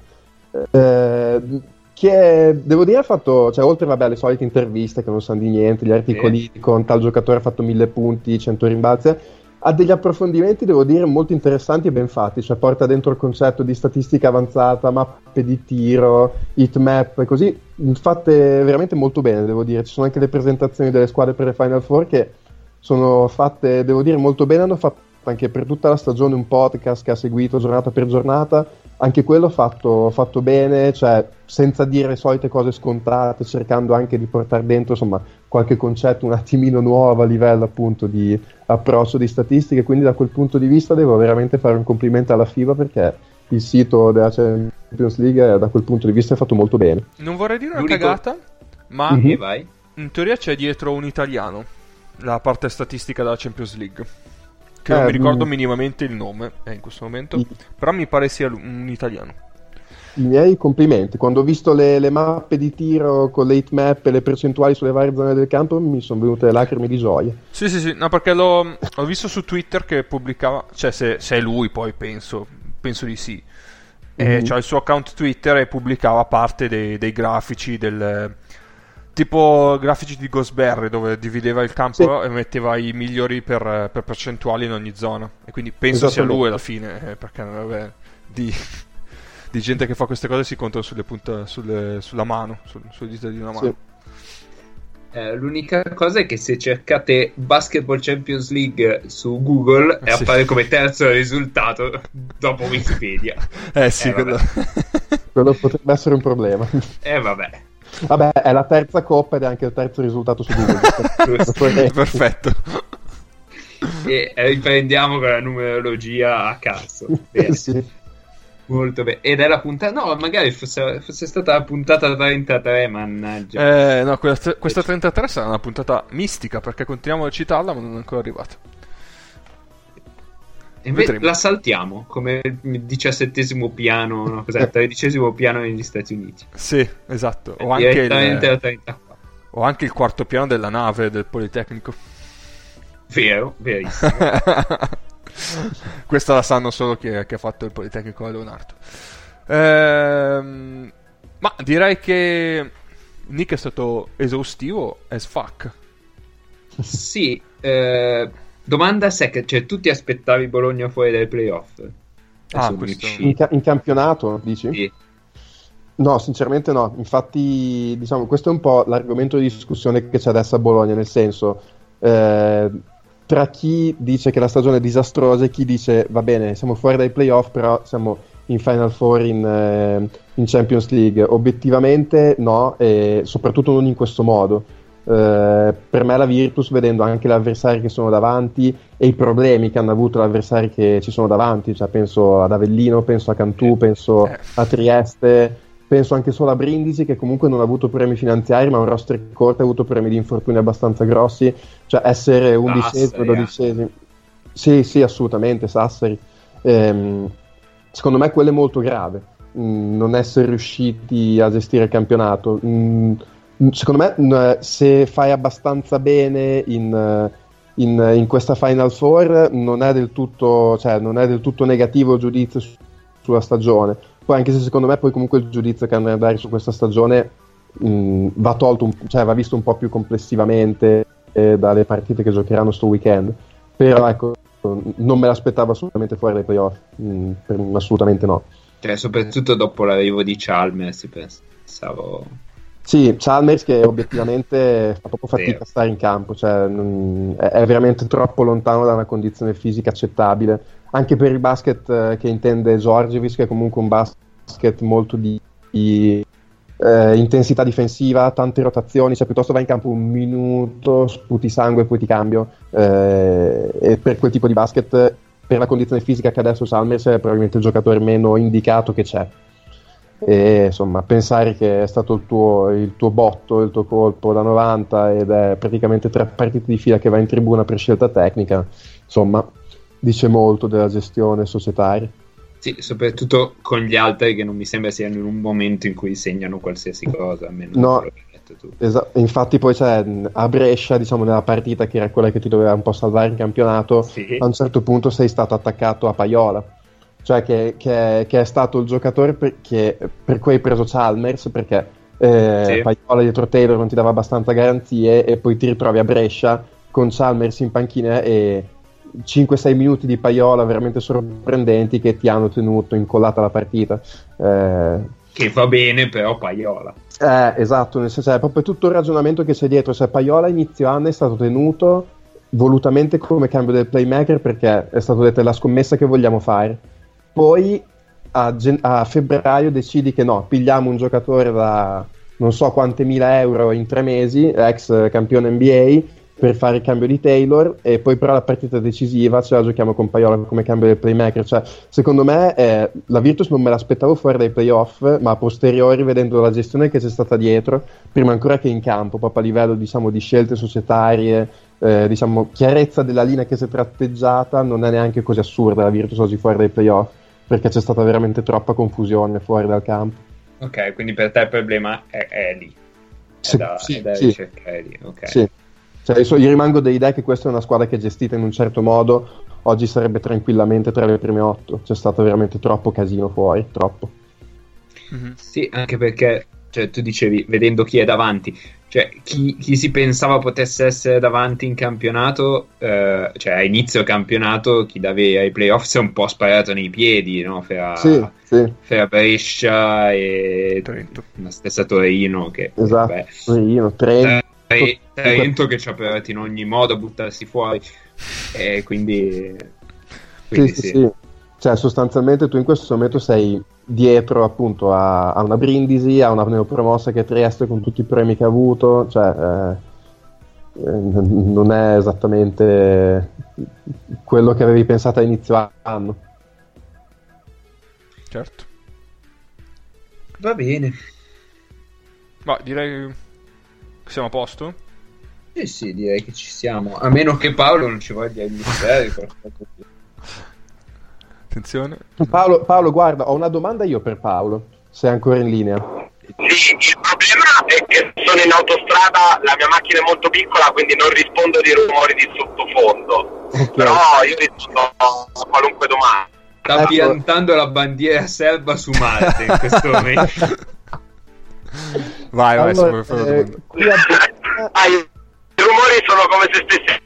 Che devo dire ha fatto, cioè, oltre alle solite interviste che non sanno di niente, gli articoli con tal giocatore ha fatto 1000 punti, 100 rimbalzi, ha degli approfondimenti, devo dire, molto interessanti e ben fatti. Cioè, porta dentro il concetto di statistica avanzata, mappe di tiro, heatmap e così, fatte veramente molto bene, devo dire. Ci sono anche le presentazioni delle squadre per le Final Four che sono fatte, devo dire, molto bene. Hanno fatto anche per tutta la stagione un podcast che ha seguito giornata per giornata, anche quello fatto bene, cioè senza dire le solite cose scontate, cercando anche di portare dentro, insomma, qualche concetto un attimino nuovo a livello appunto di approccio di statistiche. Quindi da quel punto di vista devo veramente fare un complimento alla FIBA, perché il sito della Champions League da quel punto di vista è fatto molto bene. Non vorrei dire una cagata, ma in teoria c'è dietro un italiano la parte statistica della Champions League, che non mi ricordo minimamente il nome in questo momento, però mi pare sia un italiano. I miei complimenti. Quando ho visto le mappe di tiro con le heatmap e le percentuali sulle varie zone del campo, mi sono venute le lacrime di gioia. Sì, no, perché l'ho visto su Twitter che pubblicava, cioè se è lui, poi penso di sì. C'ha il suo account Twitter e pubblicava parte dei grafici tipo grafici di Ghostberry, dove divideva il campo e metteva i migliori per percentuali in ogni zona, e quindi penso sia lui alla fine, perché vabbè, di gente che fa queste cose si contano sulla mano, sulle dita di una mano. L'unica cosa è che se cercate Basketball Champions League su Google appare come terzo risultato dopo Wikipedia. Quello potrebbe essere un problema. Vabbè, è la terza coppa ed è anche il terzo risultato su Google. Perfetto. E riprendiamo con la numerologia a cazzo. Sì. Molto bene. Ed è la puntata... No, magari fosse stata la puntata 33, mannaggia. No, questa 33 sarà una puntata mistica, perché continuiamo a citarla ma non è ancora arrivata. E invece la saltiamo come il 17° piano, no? Cos'è? Il 13° piano negli Stati Uniti. Sì, esatto. O direttamente anche la 34. O anche il quarto piano della nave del Politecnico. Vero, verissimo. Questa la sanno solo chi ha fatto il Politecnico a Leonardo. Ma direi che Nick è stato esaustivo as fuck. Sì, domanda secca, cioè tu ti aspettavi Bologna fuori dai playoff? Questo... in campionato, dici? Sì. No, sinceramente no. Infatti, diciamo, questo è un po' l'argomento di discussione che c'è adesso a Bologna, nel senso, tra chi dice che la stagione è disastrosa e chi dice va bene, siamo fuori dai playoff, però siamo in Final Four in Champions League. Obiettivamente no, e soprattutto non in questo modo. Per me la Virtus, vedendo anche gli avversari che sono davanti e i problemi che hanno avuto gli avversari che ci sono davanti, cioè penso ad Avellino, penso a Cantù, penso a Trieste, penso anche solo a Brindisi, che comunque non ha avuto problemi finanziari, ma un roster corto, ha avuto problemi di infortuni abbastanza grossi, cioè essere 11esimo, 12esimo. Sì, assolutamente, Sassari. Secondo me quello è molto grave, non essere riusciti a gestire il campionato. Secondo me se fai abbastanza bene in questa Final Four non è del tutto negativo il giudizio sulla stagione. Poi anche se secondo me poi comunque il giudizio che andrà a dare su questa stagione va tolto, cioè va visto un po' più complessivamente dalle partite che giocheranno sto weekend. Però ecco, non me l'aspettavo assolutamente fuori dai playoff, assolutamente no. Cioè soprattutto dopo l'arrivo di Chalmers pensavo... Sì, Chalmers che obiettivamente fa proprio fatica a stare in campo, cioè è veramente troppo lontano da una condizione fisica accettabile, anche per il basket che intende Georgievic, che è comunque un basket molto di intensità difensiva, tante rotazioni, cioè piuttosto vai in campo un minuto, sputi sangue e poi ti cambio, e per quel tipo di basket, per la condizione fisica che adesso Chalmers è probabilmente il giocatore meno indicato che c'è. E insomma, pensare che è stato il tuo botto, il tuo colpo da 90 ed è praticamente 3 partite di fila che va in tribuna per scelta tecnica, insomma, dice molto della gestione societaria. Sì, soprattutto con gli altri che non mi sembra siano in un momento in cui segnano qualsiasi cosa, almeno no, quello che hai detto tu. Infatti poi c'è a Brescia, diciamo, nella partita che era quella che ti doveva un po' salvare in campionato, sì. A un certo punto sei stato attaccato a Paiola, cioè che è stato il giocatore per cui hai preso Chalmers, perché sì. Paiola dietro Taylor non ti dava abbastanza garanzie e poi ti ritrovi a Brescia con Chalmers in panchina e 5-6 minuti di Paiola veramente sorprendenti che ti hanno tenuto incollata la partita, che va bene, però Paiola esatto, nel senso è proprio tutto il ragionamento che c'è dietro, cioè Paiola inizio anno è stato tenuto volutamente come cambio del playmaker perché è stato detto la scommessa che vogliamo fare. Poi a febbraio decidi che no, pigliamo un giocatore da non so quante mila euro in 3 mesi, ex campione NBA, per fare il cambio di Taylor, e poi però la partita decisiva ce la giochiamo con Paiola come cambio del playmaker. Cioè, secondo me la Virtus non me l'aspettavo fuori dai playoff, ma a posteriori, vedendo la gestione che c'è stata dietro, prima ancora che in campo, proprio a livello, diciamo, di scelte societarie, diciamo, chiarezza della linea che si è tratteggiata, non è neanche così assurda la Virtus oggi fuori dai playoff, perché c'è stata veramente troppa confusione fuori dal campo. Ok, quindi per te il problema è lì, è da ricercare lì, ok. Sì. Cioè, io rimango dell'idea che questa è una squadra che è gestita in un certo modo, oggi sarebbe tranquillamente tra le prime 8, c'è stato veramente troppo casino fuori, troppo. Mm-hmm. Sì, anche perché, cioè, tu dicevi, vedendo chi è davanti, cioè chi si pensava potesse essere davanti in campionato, cioè a inizio campionato, chi davvero ai playoff si è un po' sparato nei piedi, no? Fra Brescia e Trento. La stessa Torino, che esatto, vabbè, Torino, Trento che ci ha provato in ogni modo a buttarsi fuori, e quindi sì. Cioè sostanzialmente tu in questo momento sei dietro appunto a una Brindisi, a una neopromossa che è Trieste con tutti i premi che ha avuto, cioè non è esattamente quello che avevi pensato a inizio anno. Certo, va bene, ma direi che siamo a posto? Sì, direi che ci siamo, a meno che Paolo non ci voglia iniziare. Attenzione. Paolo, guarda, ho una domanda io per Paolo, se è ancora in linea. Sì, il problema è che sono in autostrada, la mia macchina è molto piccola, quindi non rispondo di rumori di sottofondo. Ok. Però io rispondo a qualunque domanda. Sta piantando la bandiera serba su Marte in questo momento. Vai, Allora, se vuoi fare una domanda. qui a- I rumori sono come se stessi.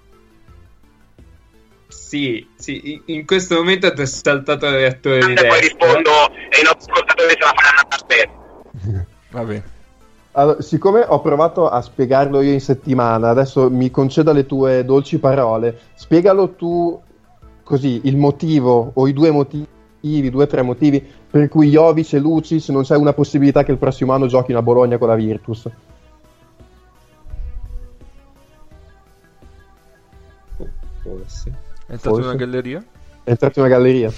Sì, in questo momento ti è saltato il reattore di E poi destra. rispondo e i nostri ascoltatori se la faranno andare bene. Va bene. Allora, siccome ho provato a spiegarlo io in settimana, adesso mi conceda le tue dolci parole, spiegalo tu così, il motivo o i due o tre motivi per cui Jovic e Lucic non c'è una possibilità che il prossimo anno giochino a Bologna con la Virtus. Forse. È entrato in Forse. una galleria? È entrato in una galleria.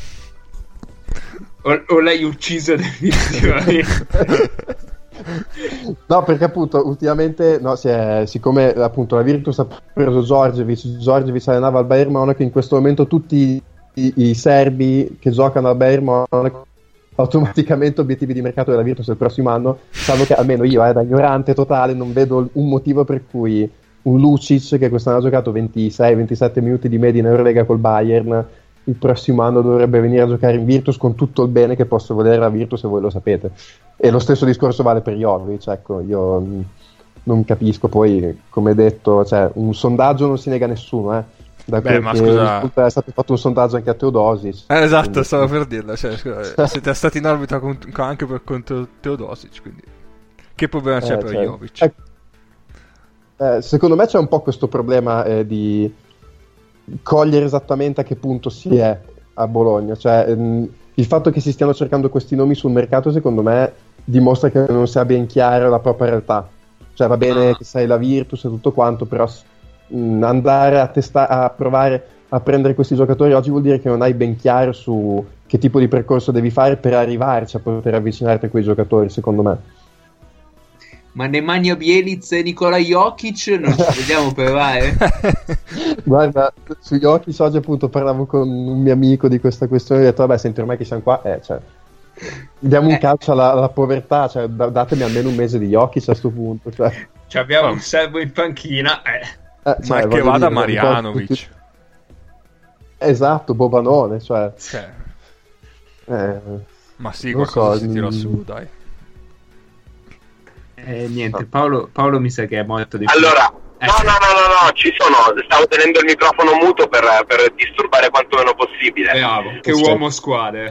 O l'hai ucciso definitivamente. No, perché appunto ultimamente, no, siccome appunto la Virtus ha preso Djordjevic allenava al Bayern Monaco, in questo momento tutti i serbi che giocano al Bayern Monaco automaticamente obiettivi di mercato della Virtus il prossimo anno, salvo che almeno io, da ignorante totale, non vedo un motivo per cui un Lucic che quest'anno ha giocato 26-27 minuti di media in Eurolega col Bayern, il prossimo anno dovrebbe venire a giocare in Virtus, con tutto il bene che posso volere la Virtus, e voi lo sapete. E lo stesso discorso vale per Jovic, ecco, io non capisco. Poi, come detto, cioè, un sondaggio non si nega a nessuno, Da Beh, quel ma che scusa- risulta è stato fatto un sondaggio anche a Teodosic. Esatto, Quindi- stavo per dirlo. Cioè, scusa, siete stati in orbita anche contro Teodosic, quindi che problema c'è per cioè, Jovic? secondo me c'è un po' questo problema di cogliere esattamente a che punto si è a Bologna, cioè il fatto che si stiano cercando questi nomi sul mercato secondo me dimostra che non si ha ben chiara la propria realtà, cioè va bene che sei la Virtus e tutto quanto, però andare a provare a prendere questi giocatori oggi vuol dire che non hai ben chiaro su che tipo di percorso devi fare per arrivarci a poter avvicinarti a quei giocatori, secondo me. Ma Nemanja Bjelic e Nikola Jokic non ci vogliamo provare? Guarda, su Jokic oggi appunto parlavo con un mio amico di questa questione e ho detto vabbè, senti, ormai che siamo qua, cioè, diamo un calcio alla povertà, cioè, datemi almeno un mese di Jokic a sto punto, cioè. Abbiamo un serbo in panchina. Ma cioè, che voglio vada dire, Marjanovic. tutti- Esatto, Bobanone, cioè, Cioè, ma sì, non qualcosa so, si tira su, dai. Niente, Paolo mi sa che è morto di Allora, no, ci sono. Stavo tenendo il microfono muto per disturbare quanto meno possibile. Bravo, che uomo squadra.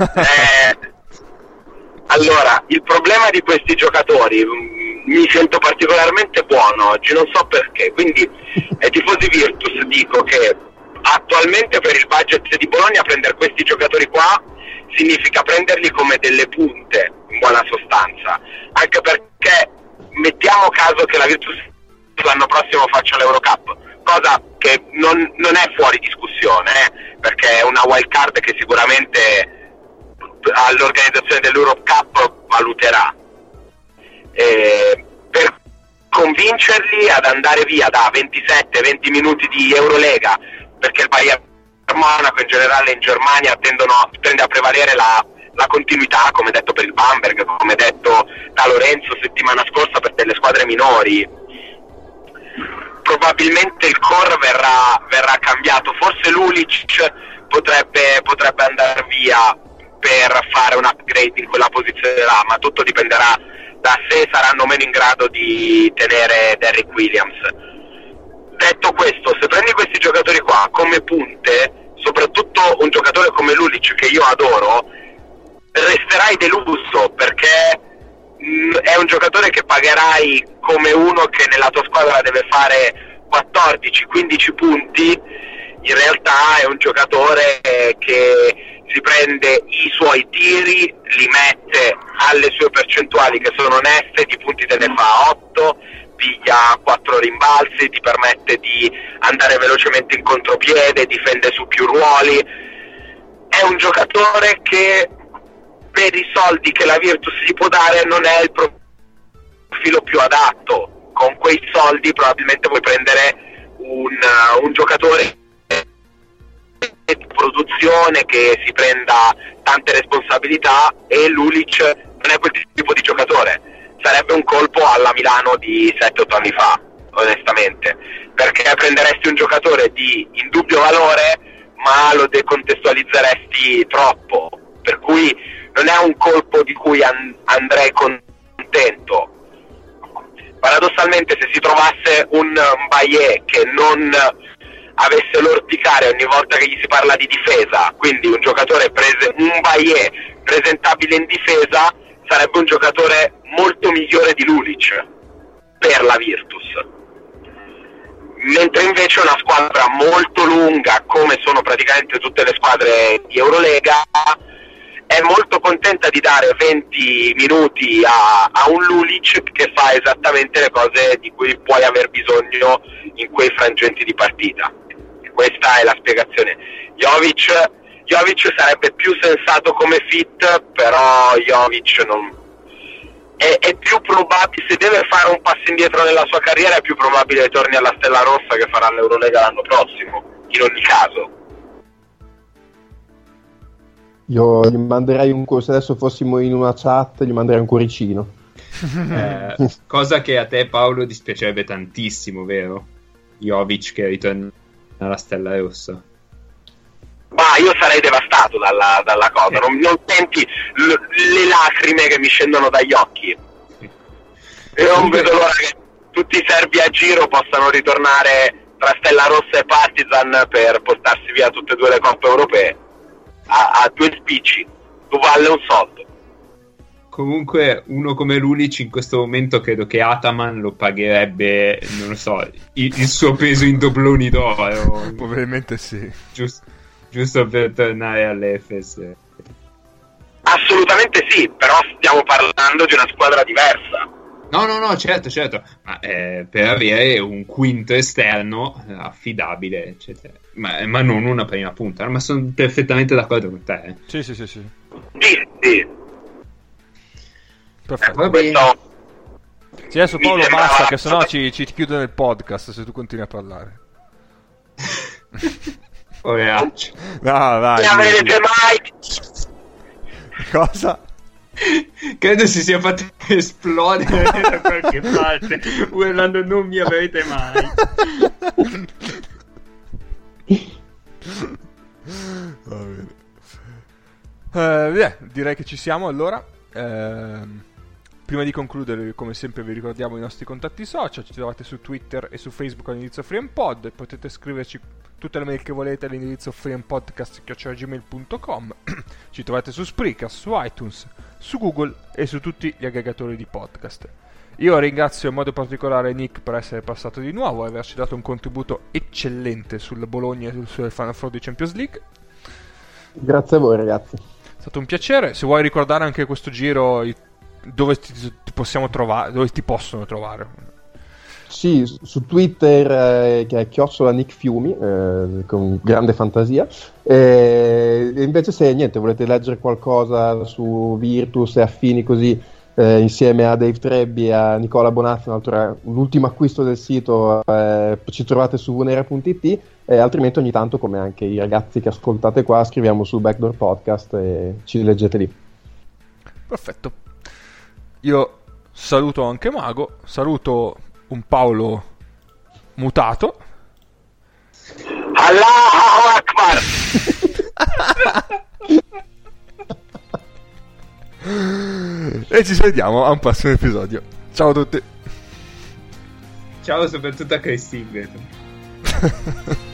Allora, il problema di questi giocatori, mi sento particolarmente buono oggi, non so perché, quindi ai tifosi Virtus dico che attualmente per il budget di Bologna prendere questi giocatori qua significa prenderli come delle punte, in buona sostanza, anche perché mettiamo caso che la Virtus l'anno prossimo faccia l'Eurocup, cosa che non è fuori discussione, perché è una wild card che sicuramente all'organizzazione dell'Eurocup valuterà, per convincerli ad andare via da 27-20 minuti di Eurolega, perché il Bayern Monaco in generale in Germania tende a prevalere la continuità, come detto per il Bamberg, come detto da Lorenzo settimana scorsa per delle squadre minori. Probabilmente il core verrà cambiato, forse Lulic potrebbe andare via per fare un upgrade in quella posizione là, ma tutto dipenderà da se saranno meno in grado di tenere Derrick Williams. Detto questo, se prendi questi giocatori qua come punte, soprattutto un giocatore come Lulic che io adoro, resterai deluso, perché è un giocatore che pagherai come uno che nella tua squadra deve fare 14-15 punti. In realtà è un giocatore che si prende i suoi tiri, li mette alle sue percentuali che sono oneste, di punti te ne fa 8, piglia 4 rimbalzi, ti permette di andare velocemente in contropiede, difende su più ruoli. È un giocatore che per i soldi che la Virtus gli può dare non è il profilo più adatto. Con quei soldi probabilmente puoi prendere un giocatore di produzione che si prenda tante responsabilità, e Lulic non è quel tipo di giocatore. sarebbe un colpo alla Milano di 7-8 anni fa, onestamente, perché prenderesti un giocatore di indubbio valore ma lo decontestualizzeresti troppo, per cui non è un colpo di cui andrei contento. Paradossalmente, se si trovasse un Bailly che non avesse l'orticare ogni volta che gli si parla di difesa, quindi un giocatore un Bailly presentabile in difesa, sarebbe un giocatore molto migliore di Lulic per la Virtus. Mentre invece una squadra molto lunga, come sono praticamente tutte le squadre di Eurolega, è molto contenta di dare 20 minuti a un Lulic che fa esattamente le cose di cui puoi aver bisogno in quei frangenti di partita. Questa è la spiegazione. Jovic sarebbe più sensato come fit, però Jovic non è più probabile, se deve fare un passo indietro nella sua carriera, è più probabile che torni alla Stella Rossa che farà l'Eurolega l'anno prossimo, in ogni caso. Io gli manderei se adesso fossimo in una chat, gli manderei un cuoricino. Cosa che a te, Paolo, dispiacerebbe tantissimo, vero? Jovic che ritorna alla Stella Rossa. Ma io sarei devastato dalla cosa, non senti le lacrime che mi scendono dagli occhi. Io non vedo l'ora che tutti i serbi a giro possano ritornare tra Stella Rossa e Partizan per portarsi via tutte e due le coppe europee a due spicci. Tu vale un soldo. Comunque uno come Lulic in questo momento credo che Ataman lo pagherebbe, non lo so, il suo peso in dobloni d'oro. Probabilmente sì. Giusto per tornare all'Efes. Assolutamente sì, però stiamo parlando di una squadra diversa. No, certo, ma per avere un quinto esterno affidabile, eccetera. Ma non una prima punta, ma sono perfettamente d'accordo con te. Sì. Sì. Perfetto. Sì, adesso Paolo basta, che sennò ci chiudono il podcast se tu continui a parlare. Poveraccio. No, vai. Non avrete mai. Cosa? Credo si sia fatto esplodere da qualche parte, urlando non mi avrete mai. Va bene. Direi che ci siamo allora. Prima di concludere, come sempre vi ricordiamo i nostri contatti social. Ci trovate su Twitter e su Facebook all'indirizzo FreeMPod. Potete scriverci tutte le mail che volete all'indirizzo freeandpodcast@gmail.com. Ci trovate su Spreaker, su iTunes, su Google e su tutti gli aggregatori di podcast. Io ringrazio in modo particolare Nick per essere passato di nuovo e averci dato un contributo eccellente sul Bologna e sul Final Four di Champions League. Grazie a voi, ragazzi. È stato un piacere. Se vuoi ricordare anche questo giro, dove ti possiamo trovare, dove ti possono trovare? Sì, su Twitter che è @NickFiumi, con grande fantasia, e invece se volete leggere qualcosa su Virtus e affini così, insieme a Dave Trebbi e a Nicola Bonazzi, l'ultimo acquisto del sito, ci trovate su Venera.it, e altrimenti ogni tanto, come anche i ragazzi che ascoltate qua, scriviamo su Backdoor Podcast e ci leggete lì. Perfetto. Io saluto anche Mago, saluto un Paolo mutato. Allahu Akbar. E ci vediamo a un prossimo episodio. Ciao a tutti. Ciao soprattutto a Christine.